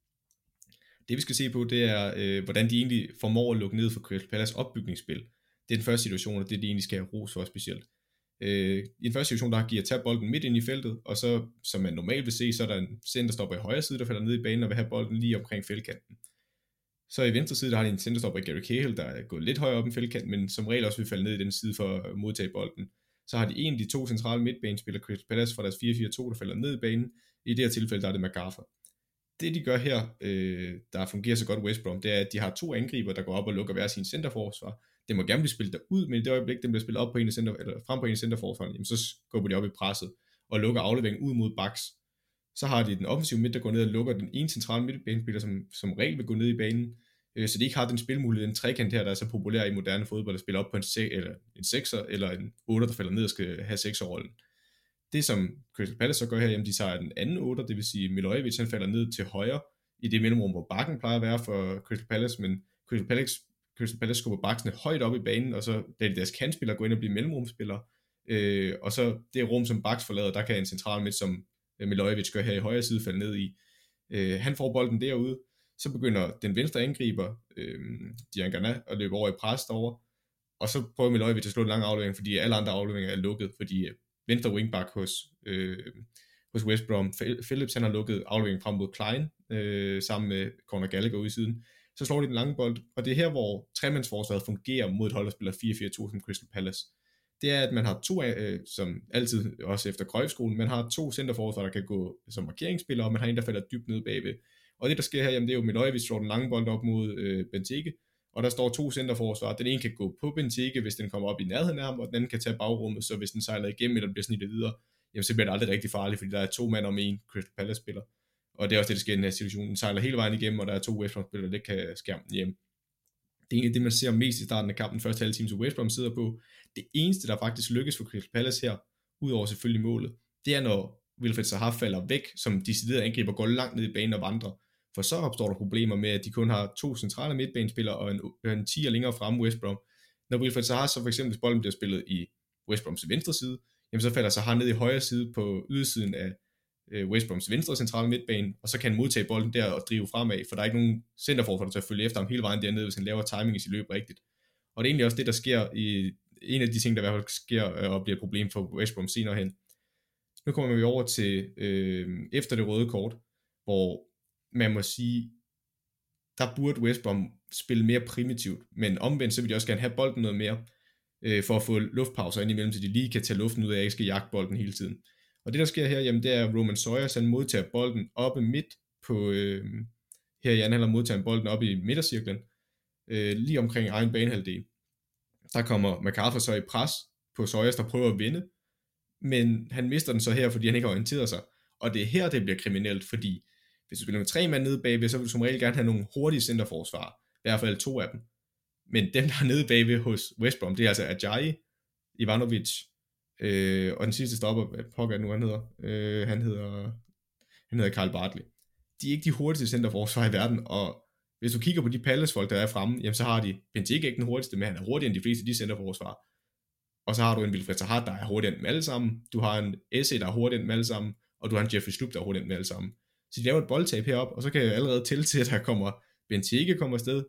Det vi skal se på, det er, hvordan de egentlig formår at lukke ned for Crystal Palace opbygningsspil. Det er den første situation, og det de egentlig skal have ros for specielt. I den første situation, der har Guaita bolden midt ind i feltet, og så, som man normalt vil se, så er der en centerstopper i højre side, der falder ned i banen og vil have bolden lige omkring feltkanten. Så i venstre side, der har de en centerstopper i Gary Cahill, der er gået lidt højere op i feltkanten, men som regel også vil falde ned i den side for at modtage bolden. Så har de en af de to centrale midtbanespillere, Crystal Palace fra deres 4-4-2, der falder ned i banen. I det her tilfælde, der er det McGarver. Det de gør her, der fungerer så godt West Brom, det er, at de har to angriber, der går op og lukker hver sin centerforsvar. Det må gerne blive spillet derud, men i det øjeblik, den bliver spillet op på frem på en af centerforsvarerne, så skubber de op i presset og lukker afleveringen ud mod backs. Så har de den offensive midt, der går ned og lukker den ene centrale midtbanespiller, som regel vil gå ned i banen. så de ikke har den spilmulighed, en trekant her, der er så populær i moderne fodbold, at spille op på en 6'er, eller en 8'er, der falder ned og skal have 6'er-rollen. Det som Crystal Palace så gør her, jamen de tager den anden 8'er, det vil sige Milojevic, han falder ned til højre, i det mellemrum, hvor bakken plejer at være for Crystal Palace, men Crystal Palace skubber baksene højt op i banen, og så lader de deres kantspillere gå ind og blive mellemrumspillere, og så det rum, som baks forlader, der kan en central midt, som Milojevic gør her i højre side, falde ned i. Han får bolden derude, så begynder den venstre angriber, Diangana, at løbe over i pres derovre, og så prøver Milojevic at slå en lang aflevering, fordi alle andre afleveringer er lukket, fordi venstre wingback hos West Brom, Phillips, han har lukket afleveringen frem mod Klein, sammen med Conor Gallagher ude i siden. Så slår de den lange bold, og det er her, hvor tremandsforsvaret fungerer mod et hold, der spiller 4-4-2 som Crystal Palace. Det er, at man har to, som altid, også efter Cruyff-skolen, man har to centerforsvar, der kan gå som markeringsspillere, og man har en, der falder dybt ned bagved. Og det, der sker her, jamen, det er jo Milojevic slår den lange bold op mod Benteke, og der står to centerforsvar. Den ene kan gå på Benteke, hvis den kommer op i nærheden af ham, og den anden kan tage bagrummet, så hvis den sejler igennem, eller bliver snittet videre, jamen, så bliver det aldrig rigtig farligt, fordi der er to mand om en Crystal Palace-spiller. Og det er også det, der sker i den her situation. Den sejler hele vejen igennem, og der er to West Brom-spillere, der kan skærme den hjem. Det er egentlig det, man ser mest i starten af kampen, første halve time, som West Brom sidder på. Det eneste, der faktisk lykkes for Crystal Palace her, udover selvfølgelig målet, det er, når Wilfried Zaha falder væk, som decideret angriber, går langt ned i banen og vandrer. For så opstår der problemer med, at de kun har to centrale midtbanespillere og en 10'er længere fremme West Brom. Når Wilfried Zaha så for eksempel, hvis bolden bliver spillet i West Broms venstre side, jamen så falder Zaha ned i højre side på ydersiden af West Broms venstre centrale midtbane, og så kan han modtage bolden der og drive fremad, for der er ikke nogen centerforsvar, der til at følge efter ham hele vejen dernede, hvis han laver timing i sit løb rigtigt. Og det er egentlig også det, der sker i en af de ting, der i hvert fald sker og bliver et problem for West Brom senere hen. Nu kommer vi over til efter det røde kort, hvor man må sige, der burde West Brom spille mere primitivt, men omvendt så vil de også gerne have bolden noget mere, for at få luftpauser ind imellem, så de lige kan tage luften ud af, at jeg ikke skal jagte bolden hele tiden. Og det der sker her, jamen det er Roman Sawyers, han modtager bolden oppe midt på, her i anden halvleg modtager bolden oppe i midtercirklen, lige omkring egen banehalvdel. Der kommer MacArthur så i pres på Sawyers, der prøver at vinde, men han mister den så her, fordi han ikke har orienteret sig. Og det er her, det bliver kriminelt, fordi hvis du spiller med 3 mand nede bagved, så vil du som regel gerne have nogle hurtige centerforsvar, i hvert fald 2 af dem. Men dem, der er nede bagved hos West Brom, det er altså Ajayi, Ivanovic, og den sidste stopper, hvad pokker nu han hedder, han hedder Carl Bartley. De er ikke de hurtigste centerforsvar i verden, og hvis du kigger på de Palace-folk, der er fremme, jamen så har de Benteke ikke den hurtigste, men han er hurtigere end de fleste af de centerforsvar. Og så har du en Wilfried Zaha, der er hurtigere end dem alle sammen, du har en Esse, der er hurtigere end dem alle sammen, og du har en Jeffrey Schlupp, der er hurtigere end dem alle sammen. Så de laver et boldtab heroppe, og så kan jeg allerede til, at der kommer Benteke kommer afsted,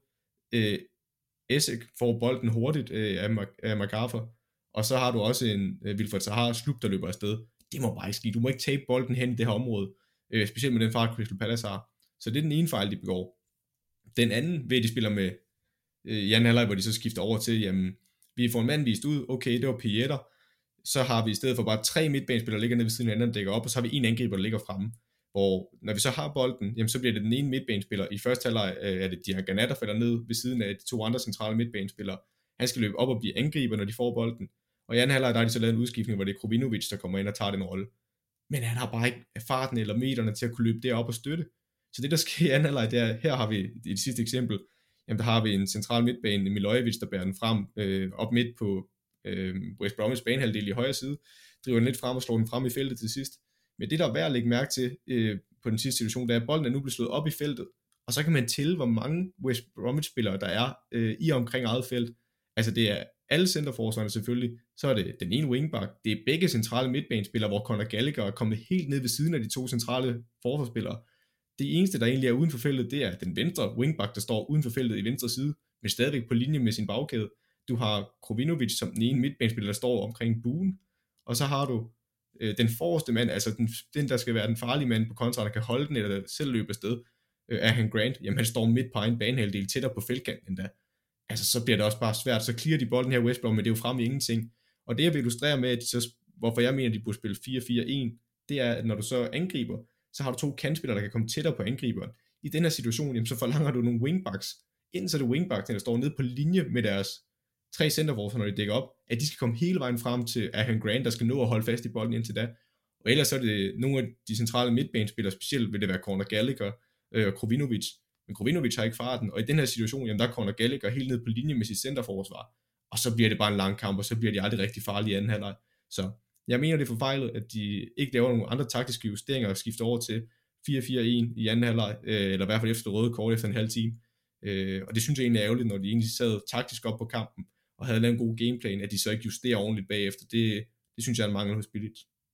Esse får bolden hurtigt af MacArthur, og så har du også en Wilfried Zaha Schlupp, der løber afsted. Det må bare ikke ske. Du må ikke tabe bolden hen i det her område, specielt med den fart, Crystal Palace har. Så det er den ene fejl, de begår. Den anden ved, at de spiller med Jan Haller, hvor de så skifter over til, jamen, vi får en mand vist ud, okay, det var Pieter, så har vi i stedet for bare 3 midtbanespillere, der ligger nede ved siden af hinanden, der dækker op, og så har vi en angriber, der ligger fremme. Hvor når vi så har bolden, jamen, så bliver det den ene midtbanespiller. I første halvleg er det Diangana, der falder ned ved siden af de 2 andre centrale midtbanespillere. Han skal løbe op og blive angriber, når de får bolden. Og i anden halvleg, der har de så lavet en udskiftning, hvor det er Krovinovic, der kommer ind og tager den rolle. Men han har bare ikke farten eller meterne til at kunne løbe derop og støtte. Så det, der sker i anden halvleg, det er, her har vi i det sidste eksempel, jamen der har vi en central midtbane, Milojevic, der bærer den frem op midt på West Bromwich banehalvdel i højre side, driver den lidt frem og slår den frem i feltet til sidst. Men det, der er værd at lægge mærke til på den sidste situation, det er, at bolden er nu blevet slået op i feltet, og så kan man tælle, hvor mange West Bromwich-spillere der er i omkring eget felt. Altså det er alle centerforsvarerne selvfølgelig, så er det den ene wingback, det er begge centrale midtbanespillere, hvor Conor Gallagher er kommet helt ned ved siden af de 2 centrale forsvarsspillere. Det eneste, der egentlig er uden for feltet, det er den venstre wingback, der står uden for feltet i venstre side, men stadigvæk på linje med sin bagkæde. Du har Krovinovic som den ene midtbanespiller, der står omkring buen, og så har du den forreste mand, altså den, der skal være den farlige mand på kontra, der kan holde den eller selv løbe afsted, er han Grant. Jamen han står midt på egen banehalvdel tættere på feltkanten endda. Altså så bliver det også bare svært, så clear de bolden her West Brom, men det er jo frem i ingenting. Og det jeg vil illustrere med, at hvorfor jeg mener, at de burde spille 4-4-1, det er, at når du så angriber, så har du 2 kantspillere, der kan komme tættere på angriberen. I den her situation, jamen, så forlanger du nogle wingbacks, inden så er det wingbacks, der står nede på linje med deres 3 centerforsvar, når de dækker op, at de skal komme hele vejen frem til Ahan Grant, der skal nå at holde fast i bolden indtil da. Og ellers så er det nogle af de centrale midtbanespillere, specielt vil det være Conor Gallagher og Krovinovic, Men Krovinovic har ikke farten, og i den her situation, jamen der er Conor Gallagher helt ned på linje med sit centerforsvar, og så bliver det bare en lang kamp, og så bliver de aldrig rigtig farlige i anden halvleg. Så jeg mener, det er forfejlet, at de ikke laver nogle andre taktiske justeringer og skifter over til 4-4-1 i anden halvleg, eller i hvert fald efter det røde kort efter en halv time. Og det synes jeg egentlig er ærgerligt, når de egentlig sad taktisk op på kampen, og havde lavet en god gameplan, at de så ikke justerer ordentligt bagefter. Det synes jeg er en mangel hos Bilic.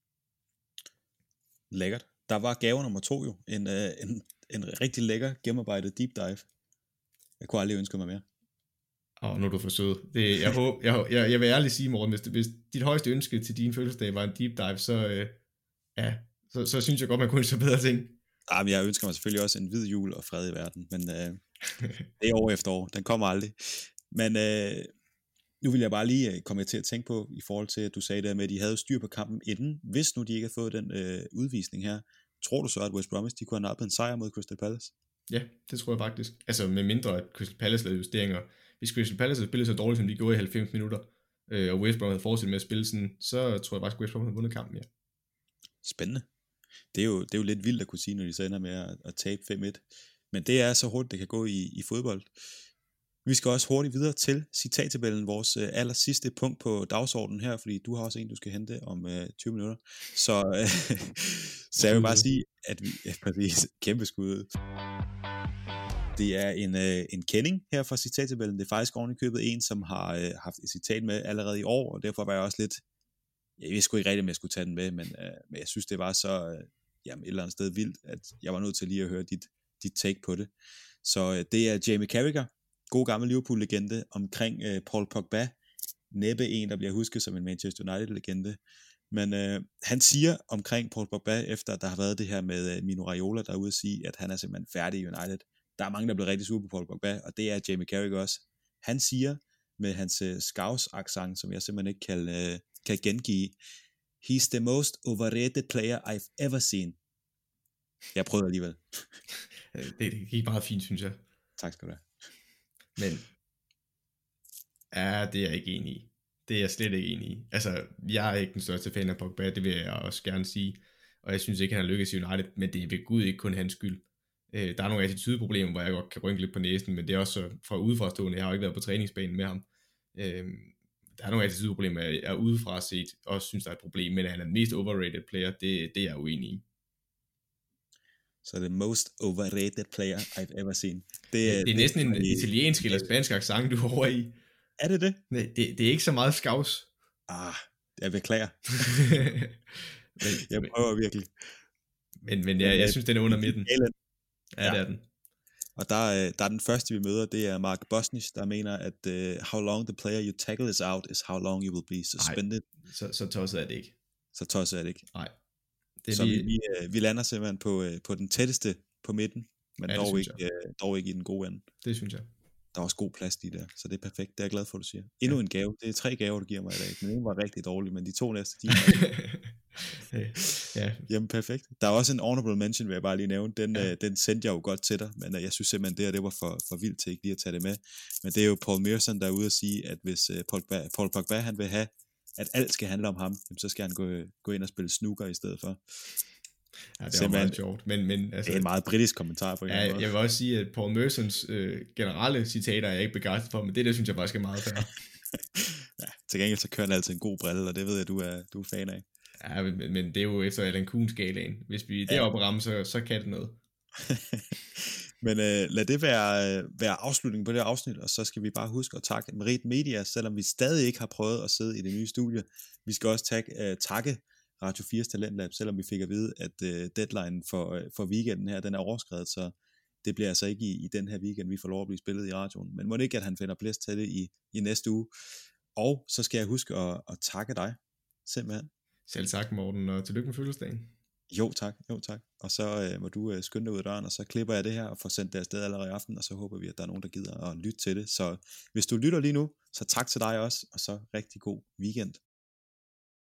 Lækkert. Der var gave nummer 2 jo. En rigtig lækker gennemarbejdet deep dive. Jeg kunne aldrig ønske mig mere. Nu er du for sød. Jeg vil ærligt sige, Morten, hvis dit højeste ønske til din fødselsdag var en deep dive, så synes jeg godt, man kunne så bedre ting. Men jeg ønsker mig selvfølgelig også en hvid jul og fred i verden, men det er år efter år. Den kommer aldrig. Men nu vil jeg bare lige komme til at tænke på, i forhold til, at du sagde det med, at de havde styr på kampen inden. Hvis nu de ikke havde fået den udvisning her, tror du så, at West Bromwich de kunne have nappet en sejr mod Crystal Palace? Ja, det tror jeg faktisk. Altså med mindre, at Crystal Palace lavede justeringer. Hvis Crystal Palace havde spillet så dårligt, som de gjorde i 90 minutter, og West Brom havde fortsat med at spille sådan, så tror jeg faktisk, at West Brom havde vundet kampen, ja. Spændende. Det er jo lidt vildt at kunne sige, når de så ender med at tabe 5-1. Men det er så hurtigt, det kan gå i fodbold. Vi skal også hurtigt videre til citattabellen, vores aller sidste punkt på dagsordenen her, fordi du har også en, du skal hente om 20 minutter. Så jeg vil bare sige, at vi er kæmpe skud. Det er en kending her fra citattabellen. Det er faktisk oven i købet en, som har haft et citat med allerede i år, og derfor var jeg også lidt, jeg vidste sgu ikke rigtigt, om jeg skulle tage den med, men jeg synes, det var så et eller andet sted vildt, at jeg var nødt til lige at høre dit take på det. Så det er Jamie Carragher, god gammel Liverpool-legende omkring Paul Pogba. Næppe en, der bliver husket som en Manchester United-legende. Men han siger omkring Paul Pogba, efter at der har været det her med Mino Raiola, der er ude at sige, at han er simpelthen færdig i United. Der er mange, der er blevet rigtig sure på Paul Pogba, og det er Jamie Carragher også. Han siger med hans Scouse-accent, som jeg simpelthen ikke kan gengive, he's the most overrated player I've ever seen. Jeg prøvede alligevel. Det gik meget fint, synes jeg. Tak skal du have. Men det er jeg ikke enig i. Det er jeg slet ikke enig i. Altså, jeg er ikke den største fan af Pogba, det vil jeg også gerne sige. Og jeg synes ikke, han har lykkes i United, men det er ved Gud ikke kun hans skyld. Der er nogle attitudeproblemer, hvor jeg godt kan rynke lidt på næsen, men det er også fra udefrastående. Jeg har jo ikke været på træningsbanen med ham. Der er nogle attitudeproblemer, jeg er udefra set, og synes, der er et problem, men han er den mest overrated player, det er jeg uenig i. Så the most overrated player I've ever seen. Det er næsten en italiensk eller spansk accent, du er over i. Er det det? Nej, det er ikke så meget Scouse. Jeg beklager. Jeg prøver virkelig. Men jeg synes, den er under midten. Ja, det er den. Og der er den første, vi møder, det er Mark Bosnich, der mener, at how long the player you tackle is out, is how long you will be suspended. Nej, så tosset er det ikke. Så tosset er det ikke. Nej. Så vi lander simpelthen på den tætteste på midten, men dog ikke i den gode ende. Det synes jeg. Der er også god plads i der, så det er perfekt. Det er jeg glad for, du siger. Endnu en gave. Det er 3 gaver, du giver mig i dag. Den ene var rigtig dårlig, men de 2 næste, de ja. Jamen perfekt. Der er også en honorable mention, vil jeg bare lige nævne. Den sendte jeg jo godt til dig, men jeg synes simpelthen, det var for vildt til ikke lige at tage det med. Men det er jo Paul Merson, der er ude at sige, at hvis Paul Pogba han vil have, at alt skal handle om ham, så skal han gå ind og spille snooker i stedet for. Ja, det er meget sjovt. Men altså, det er en meget britisk kommentar på en måde. Jeg vil også sige, at Paul Mersons generelle citater er jeg ikke begejstret for, men det der synes jeg faktisk er meget fair. Ja, til gengæld så kører han altid en god brille, og det ved jeg, du er fan af. Ja, men det er jo efter Alan Kuhn-skalaen. Hvis vi er deroppe ramme, så kan det noget. Men lad det være afslutningen på det her afsnit, og så skal vi bare huske at takke Merit Media, selvom vi stadig ikke har prøvet at sidde i det nye studie. Vi skal også takke Radio 4's Talentlab, selvom vi fik at vide, at deadline for weekenden her, den er overskredet, så det bliver altså ikke i den her weekend, vi får lov at blive spillet i radioen. Men må det ikke, at han finder plads til det i næste uge. Og så skal jeg huske at takke dig, simpelthen. Selv tak, Morten, og tillykke med fødselsdagen. Jo tak. Og så må du skynde dig ud af døren, og så klipper jeg det her og får sendt det afsted allerede i aften, og så håber vi, at der er nogen, der gider at lytte til det. Så hvis du lytter lige nu, så tak til dig også, og så rigtig god weekend.